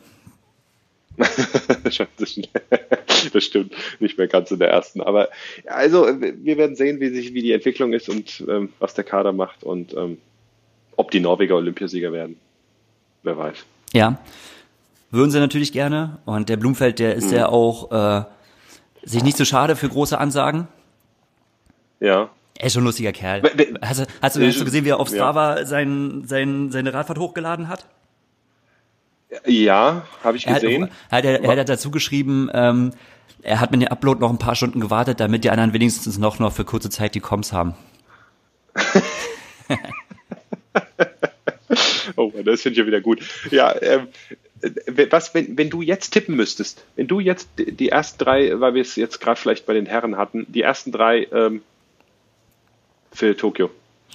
Das stimmt, nicht mehr ganz in der ersten. Aber also wir werden sehen, wie sich wie die Entwicklung ist und ähm, was der Kader macht und ähm, ob die Norweger Olympiasieger werden. Wer weiß. Ja, würden sie natürlich gerne. Und der Blumfeld, der ist mhm. ja auch äh, sich nicht so schade für große Ansagen. Ja. Er ist schon ein lustiger Kerl. Hast du, hast du, hast du gesehen, wie er auf Strava ja. sein, sein, seine Radfahrt hochgeladen hat? Ja, habe ich gesehen. Er hat, er, er hat dazu geschrieben, ähm, er hat mit dem Upload noch ein paar Stunden gewartet, damit die anderen wenigstens noch, noch für kurze Zeit die Comms haben. Oh, das finde ich ja wieder gut. Ja, ähm, was, wenn, wenn du jetzt tippen müsstest, wenn du jetzt die ersten drei, weil wir es jetzt gerade vielleicht bei den Herren hatten, die ersten drei ähm, für Tokio.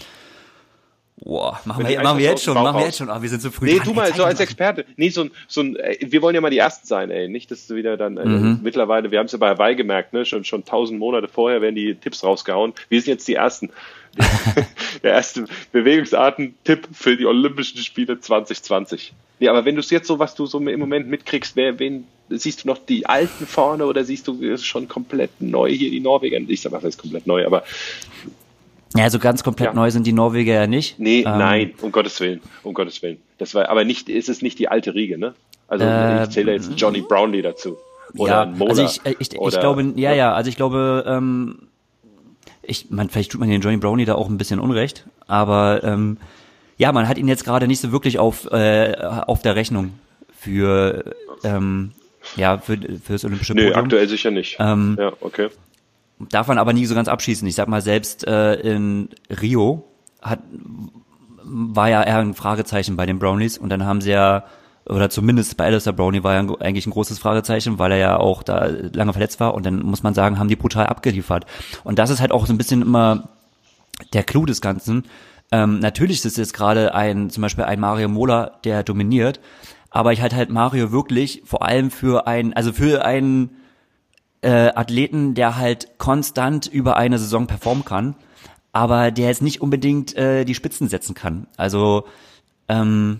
Boah, machen wir, machen wir jetzt schon, machen wir jetzt schon, aber wir sind so früh Nee, dran. du mal so als Experte. Nee, so ein, so ein, wir wollen ja mal die Ersten sein, ey. Nicht, dass du wieder dann, mhm. äh, mittlerweile, wir haben es ja bei Hawaii gemerkt, ne, schon, schon tausend Monate vorher werden die Tipps rausgehauen. Wir sind jetzt die Ersten. Der erste Bewegungsarten-Tipp für die Olympischen Spiele zwanzig zwanzig. Nee, aber wenn du es jetzt so, was du so im Moment mitkriegst, wer, wen, siehst du noch die Alten vorne oder siehst du schon komplett neu hier die Norweger? Ich sag mal, das ist komplett neu, aber ja, so ganz komplett ja. neu sind die Norweger ja nicht. Nee, ähm, nein, um Gottes Willen, um Gottes Willen. Das war, aber nicht, ist es nicht die alte Riege, ne? Also äh, ich zähle jetzt Johnny Brownlee dazu. Oder ja, Mola, also ich, ich, ich, ich glaube, ja, ja, ja, also ich glaube, ähm, ich, man, vielleicht tut man den Johnny Brownlee da auch ein bisschen Unrecht, aber ähm, ja, man hat ihn jetzt gerade nicht so wirklich auf äh, auf der Rechnung für ähm, ja für für das olympische Podium. Nee, aktuell sicher nicht. Ähm, ja, okay. Darf man aber nie so ganz abschießen. Ich sag mal, selbst äh, in Rio hat war ja eher ein Fragezeichen bei den Brownies und dann haben sie ja, oder zumindest bei Alistair Brownlee war ja ein, eigentlich ein großes Fragezeichen, weil er ja auch da lange verletzt war und dann muss man sagen, haben die brutal abgeliefert. Und das ist halt auch so ein bisschen immer der Clou des Ganzen. Ähm, natürlich ist jetzt gerade ein, zum Beispiel ein Mario Mola, der dominiert, aber ich halte halt Mario wirklich vor allem für ein, also für einen Äh, Athleten, der halt konstant über eine Saison performen kann, aber der jetzt nicht unbedingt äh, die Spitzen setzen kann. Also ähm,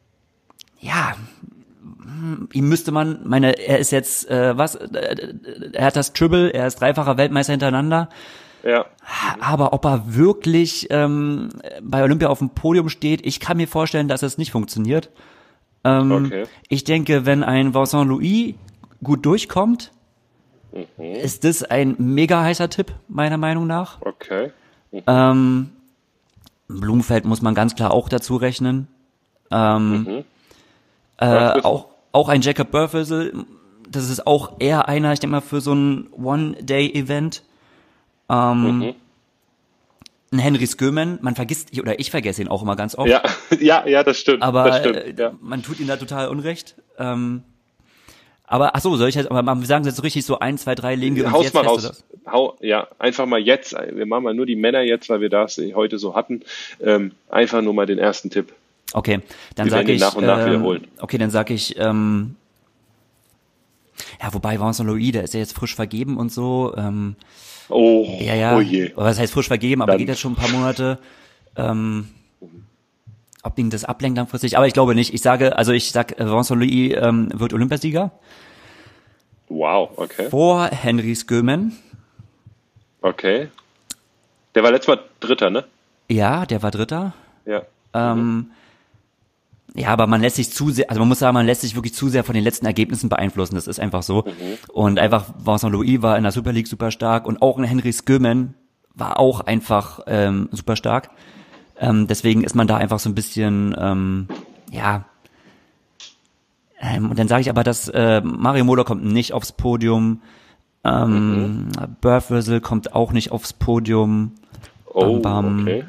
ja, ihm müsste man, meine, er ist jetzt äh, was, äh, er hat das Triple, er ist dreifacher Weltmeister hintereinander. Ja. Aber ob er wirklich ähm, bei Olympia auf dem Podium steht, ich kann mir vorstellen, dass es nicht funktioniert. Ähm, okay. Ich denke, wenn ein Vincent Louis gut durchkommt, Mhm. ist das ein mega heißer Tipp, meiner Meinung nach. Okay. Mhm. Ähm, Blumfeld muss man ganz klar auch dazu rechnen. Ähm, mhm. äh, auch, auch ein Jacob Burfessel, das ist auch eher einer, ich denke mal, für so ein One-Day-Event. Ähm, mhm. Ein Henry Skömen, man vergisst, oder ich vergesse ihn auch immer ganz oft. Ja, ja, ja, das stimmt. Aber das stimmt, ja. man tut ihm da total Unrecht. Ähm, Aber, ach so, soll ich jetzt, aber wir sagen jetzt so richtig so ein, zwei, drei, legen wir uns Haus jetzt mal fest, raus. Hau, ja, einfach mal jetzt. Wir machen mal nur die Männer jetzt, weil wir das heute so hatten. Ähm, einfach nur mal den ersten Tipp. Okay, dann wir sage ich, nach und nach ähm, wiederholen. okay, dann sage ich, ähm, ja, wobei Vincent Louis, der ist ja jetzt frisch vergeben und so, ähm, oh, ja, ja, oh je. was heißt frisch vergeben, aber Dann, geht jetzt schon ein paar Monate, ähm, ob ihn das ablenkt langfristig, aber ich glaube nicht. Ich sage, also ich sag, Vincent Louis ähm, wird Olympiasieger. Wow, okay. Vor Henry Skømen. Okay. Der war letztes Mal Dritter, ne? Ja, der war Dritter. Ja. Ähm, mhm. Ja, aber man lässt sich zu sehr, also man muss sagen, man lässt sich wirklich zu sehr von den letzten Ergebnissen beeinflussen. Das ist einfach so. Mhm. Und einfach Vincent Louis war in der Super League super stark und auch ein Henry Skømen war auch einfach ähm, super stark. Ähm, deswegen ist man da einfach so ein bisschen, ähm, ja. Ähm, und dann sage ich aber, dass äh, Mario Mola kommt nicht aufs Podium. Ähm, mhm. Birtwistle kommt auch nicht aufs Podium. Oh, bam, bam. Okay.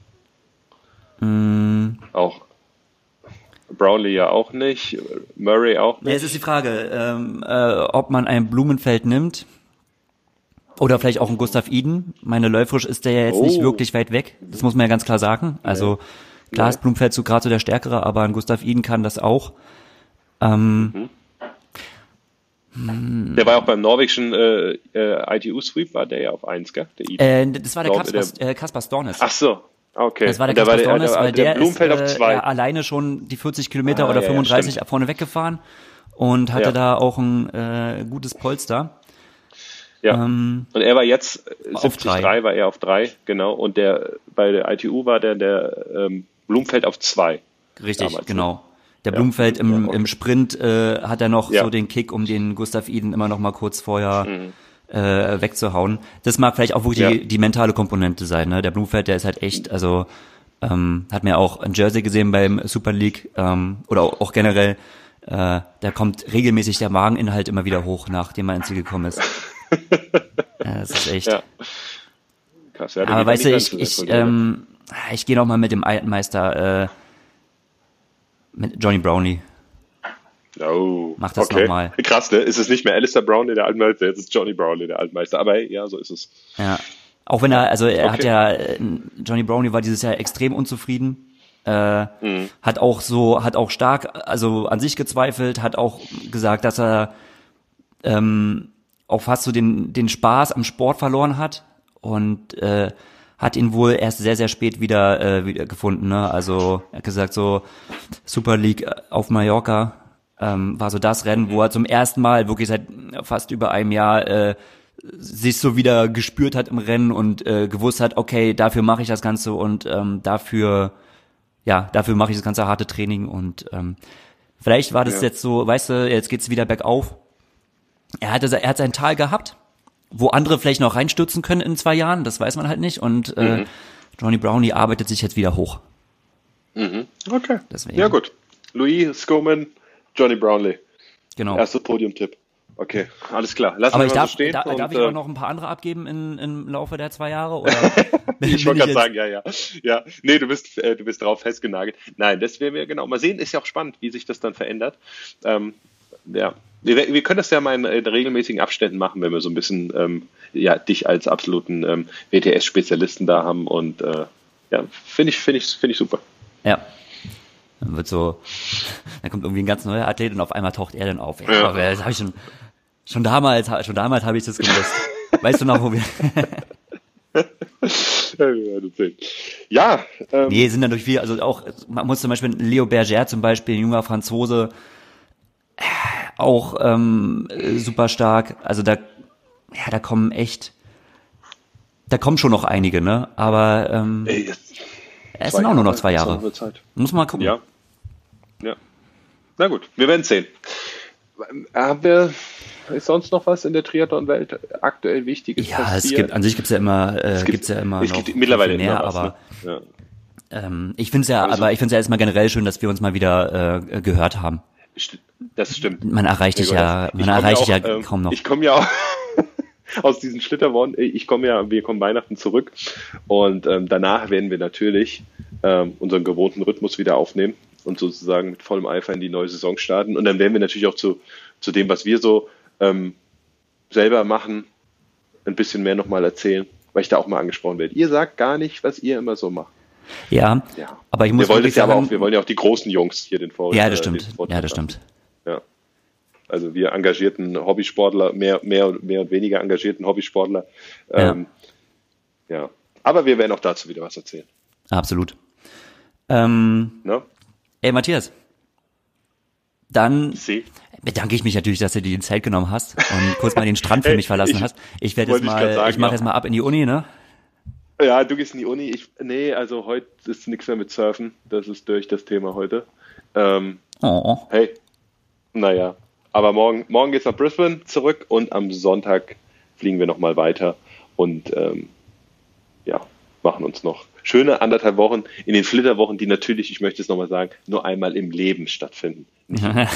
Mm. Auch Brownlee ja auch nicht, Murray auch nicht. Ja, es ist die Frage, ähm, äh, ob man ein Blumenfeld nimmt oder vielleicht auch einen Gustav Iden. Meine Läufrisch ist der ja jetzt oh. nicht wirklich weit weg, das muss man ja ganz klar sagen. Also klar ist Blumenfeld so gerade so der Stärkere, aber ein Gustav Iden kann das auch. Ähm, mhm. Der war auch beim norwegischen äh, äh, I T U-Sweep, war der ja auf eins, gell? Der äh, das war der Glaub, Kaspar, der, äh, Kaspar Stornes. Ach so. Okay. Das war der Kaspar Stornes, weil der, der Blumenfeld ist auf zwei. Äh, alleine schon die vierzig Kilometer ah, oder ja, fünfunddreißig ja, vorne weggefahren und hatte ja. da auch ein äh, gutes Polster. Ja. Ähm, und er war jetzt siebzig Komma drei, drei. war er auf drei, genau. Und der bei der I T U war der der ähm, Blumenfeld auf zwei. Richtig, damals, genau. Ne? Der ja. Blumenfeld im, ja, okay. im Sprint äh, hat er noch ja. so den Kick, um den Gustav Iden immer noch mal kurz vorher mhm. äh, wegzuhauen. Das mag vielleicht auch wirklich ja. die, die mentale Komponente sein. Ne? Der Blumenfeld, der ist halt echt, also ähm, hat mir auch ein Jersey gesehen beim Super League ähm, oder auch, auch generell. Äh, da kommt regelmäßig der Mageninhalt immer wieder hoch, nachdem er ins Ziel gekommen ist. Ja, das ist echt. Ja. Krass, ja, aber weißt du, ich, ich, ähm, ich gehe noch mal mit dem alten Meister, äh, mit Johnny Brownlee. Oh, Mach das okay. nochmal. Krass, ne? Ist es nicht mehr Alistair Brownlee, der Altmeister, jetzt ist Johnny Brownlee, der Altmeister. Aber ja, so ist es. Ja. Auch wenn er, also er okay. hat ja, Johnny Brownlee war dieses Jahr extrem unzufrieden. Äh, mhm. Hat auch so, hat auch stark, also an sich gezweifelt, hat auch gesagt, dass er ähm, auch fast so den, den Spaß am Sport verloren hat und äh, hat ihn wohl erst sehr, sehr spät wieder, äh, wieder gefunden. Ne? Also er hat gesagt, so Super League auf Mallorca ähm, war so das Rennen, wo er zum ersten Mal wirklich seit fast über einem Jahr äh, sich so wieder gespürt hat im Rennen und äh, gewusst hat, okay, dafür mache ich das Ganze und ähm, dafür, ja, dafür mache ich das ganze harte Training und ähm, vielleicht war das ja. jetzt so, weißt du, jetzt geht's wieder bergauf. Er hatte, er hat sein Tal gehabt, wo andere vielleicht noch reinstürzen können in zwei Jahren, das weiß man halt nicht und äh, mhm. Johnny Brownlee arbeitet sich jetzt wieder hoch. Mhm. Okay. Deswegen. Ja gut. Louis Skømen, Johnny Brownlee. Genau. Erster Podiumtipp. Okay, alles klar. Lassen Aber wir ich mal darf, so stehen. da, und, darf ich auch noch ein paar andere abgeben in, im Laufe der zwei Jahre? Oder ich wollte gerade sagen, ja, ja. ja. Nee, du bist, äh, du bist drauf festgenagelt. Nein, das werden wir genau mal sehen. Ist ja auch spannend, wie sich das dann verändert. Ähm, ja. Wir, wir können das ja mal in, in regelmäßigen Abständen machen, wenn wir so ein bisschen ähm, ja, dich als absoluten ähm, W T S-Spezialisten da haben. Und äh, ja, finde ich, finde ich, finde ich super. Ja. Dann wird so, dann kommt irgendwie ein ganz neuer Athlet und auf einmal taucht er dann auf. Ja, ja. aber das habe ich schon, schon damals, schon damals habe ich das gewusst. Weißt du noch, wo wir? ja. Ähm, nee, sind dann durch viel, also auch, man muss zum Beispiel Leo Berger zum Beispiel, ein junger Franzose, auch ähm, super stark. Also da, ja, da kommen echt, da kommen schon noch einige, ne? Aber ähm, Ey, es sind auch nur noch zwei Jahre. Muss man mal gucken. Ja. Ja. Na gut, wir werden sehen. Haben wir ist sonst noch was in der Triathlon-Welt aktuell Wichtiges ja, passiert? es gibt, an sich gibt's ja immer, äh, es gibt's ja immer es noch gibt mittlerweile mehr, immer was, aber ne? ja. ähm, ich finde es ja, also, aber ich finde es ja erstmal generell schön, dass wir uns mal wieder äh, gehört haben. Das stimmt. Man erreicht dich ja, man erreicht dich ja, ja ähm, kaum noch. Ich komme ja auch aus diesen Schlitterwochen. Ich komme ja, wir kommen Weihnachten zurück und ähm, danach werden wir natürlich ähm, unseren gewohnten Rhythmus wieder aufnehmen und sozusagen mit vollem Eifer in die neue Saison starten. Und dann werden wir natürlich auch zu zu dem, was wir so ähm, selber machen, ein bisschen mehr nochmal erzählen, weil ich da auch mal angesprochen werde. Ihr sagt gar nicht, was ihr immer so macht. Ja, ja. aber ich muss wir wollen wirklich ja sagen, aber auch, wir wollen ja auch die großen Jungs hier den Vortrag. Ja, das stimmt. Ja, das stimmt. Ja. Also wir engagierten Hobbysportler, mehr, mehr, mehr und weniger engagierten Hobbysportler. Ähm, ja. ja. Aber wir werden auch dazu wieder was erzählen. Absolut. Ähm, no? Ey, Matthias. Dann Sie? bedanke ich mich natürlich, dass du dir die Zeit genommen hast und kurz mal den Strand für hey, mich verlassen ich, hast. Ich werde jetzt mal, ich, ich mache ja. jetzt mal ab in die Uni, ne? Ja, du gehst in die Uni. Ich, nee, also heute ist nichts mehr mit Surfen. Das ist durch das Thema heute. Ähm, oh. Hey, naja. Aber morgen, morgen geht's nach Brisbane zurück und am Sonntag fliegen wir nochmal weiter und ähm, ja, machen uns noch schöne anderthalb Wochen in den Flitterwochen, die natürlich, ich möchte es nochmal sagen, nur einmal im Leben stattfinden. Ja.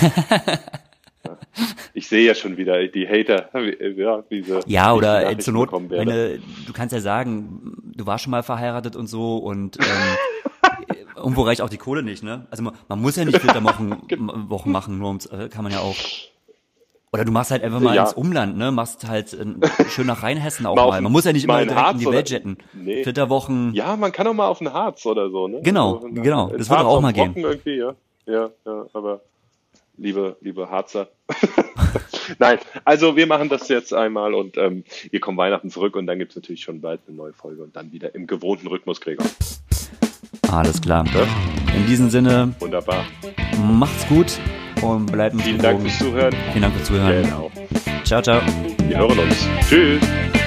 Ich sehe ja schon wieder die Hater, ja, diese ja oder zur Not, meine, du kannst ja sagen, du warst schon mal verheiratet und so und ähm, irgendwo reicht auch die Kohle nicht, ne? Also man, man muss ja nicht Flitterwochen Wochen machen, nur ums, äh, kann man ja auch. Oder du machst halt einfach mal ja. ins Umland, ne? Machst halt äh, schön nach Rheinhessen auch mal. mal. Man muss ja nicht immer direkt Harz in die oder? Welt jetten. Nee. Flitterwochen. Ja, man kann auch mal auf den Harz oder so, ne? Genau, also, genau. Das würde auch mal gehen. Irgendwie, ja. ja, ja, aber liebe, liebe Harzer. Nein, also wir machen das jetzt einmal und ähm, wir kommen Weihnachten zurück und dann gibt es natürlich schon bald eine neue Folge und dann wieder im gewohnten Rhythmus, Gregor. Alles klar. Ja? In diesem Sinne. Wunderbar. Macht's gut und bleibt uns Vielen Dank fürs Zuhören. Vielen Dank fürs Zuhören. Genau. Ciao, ciao. Wir hören uns. Tschüss.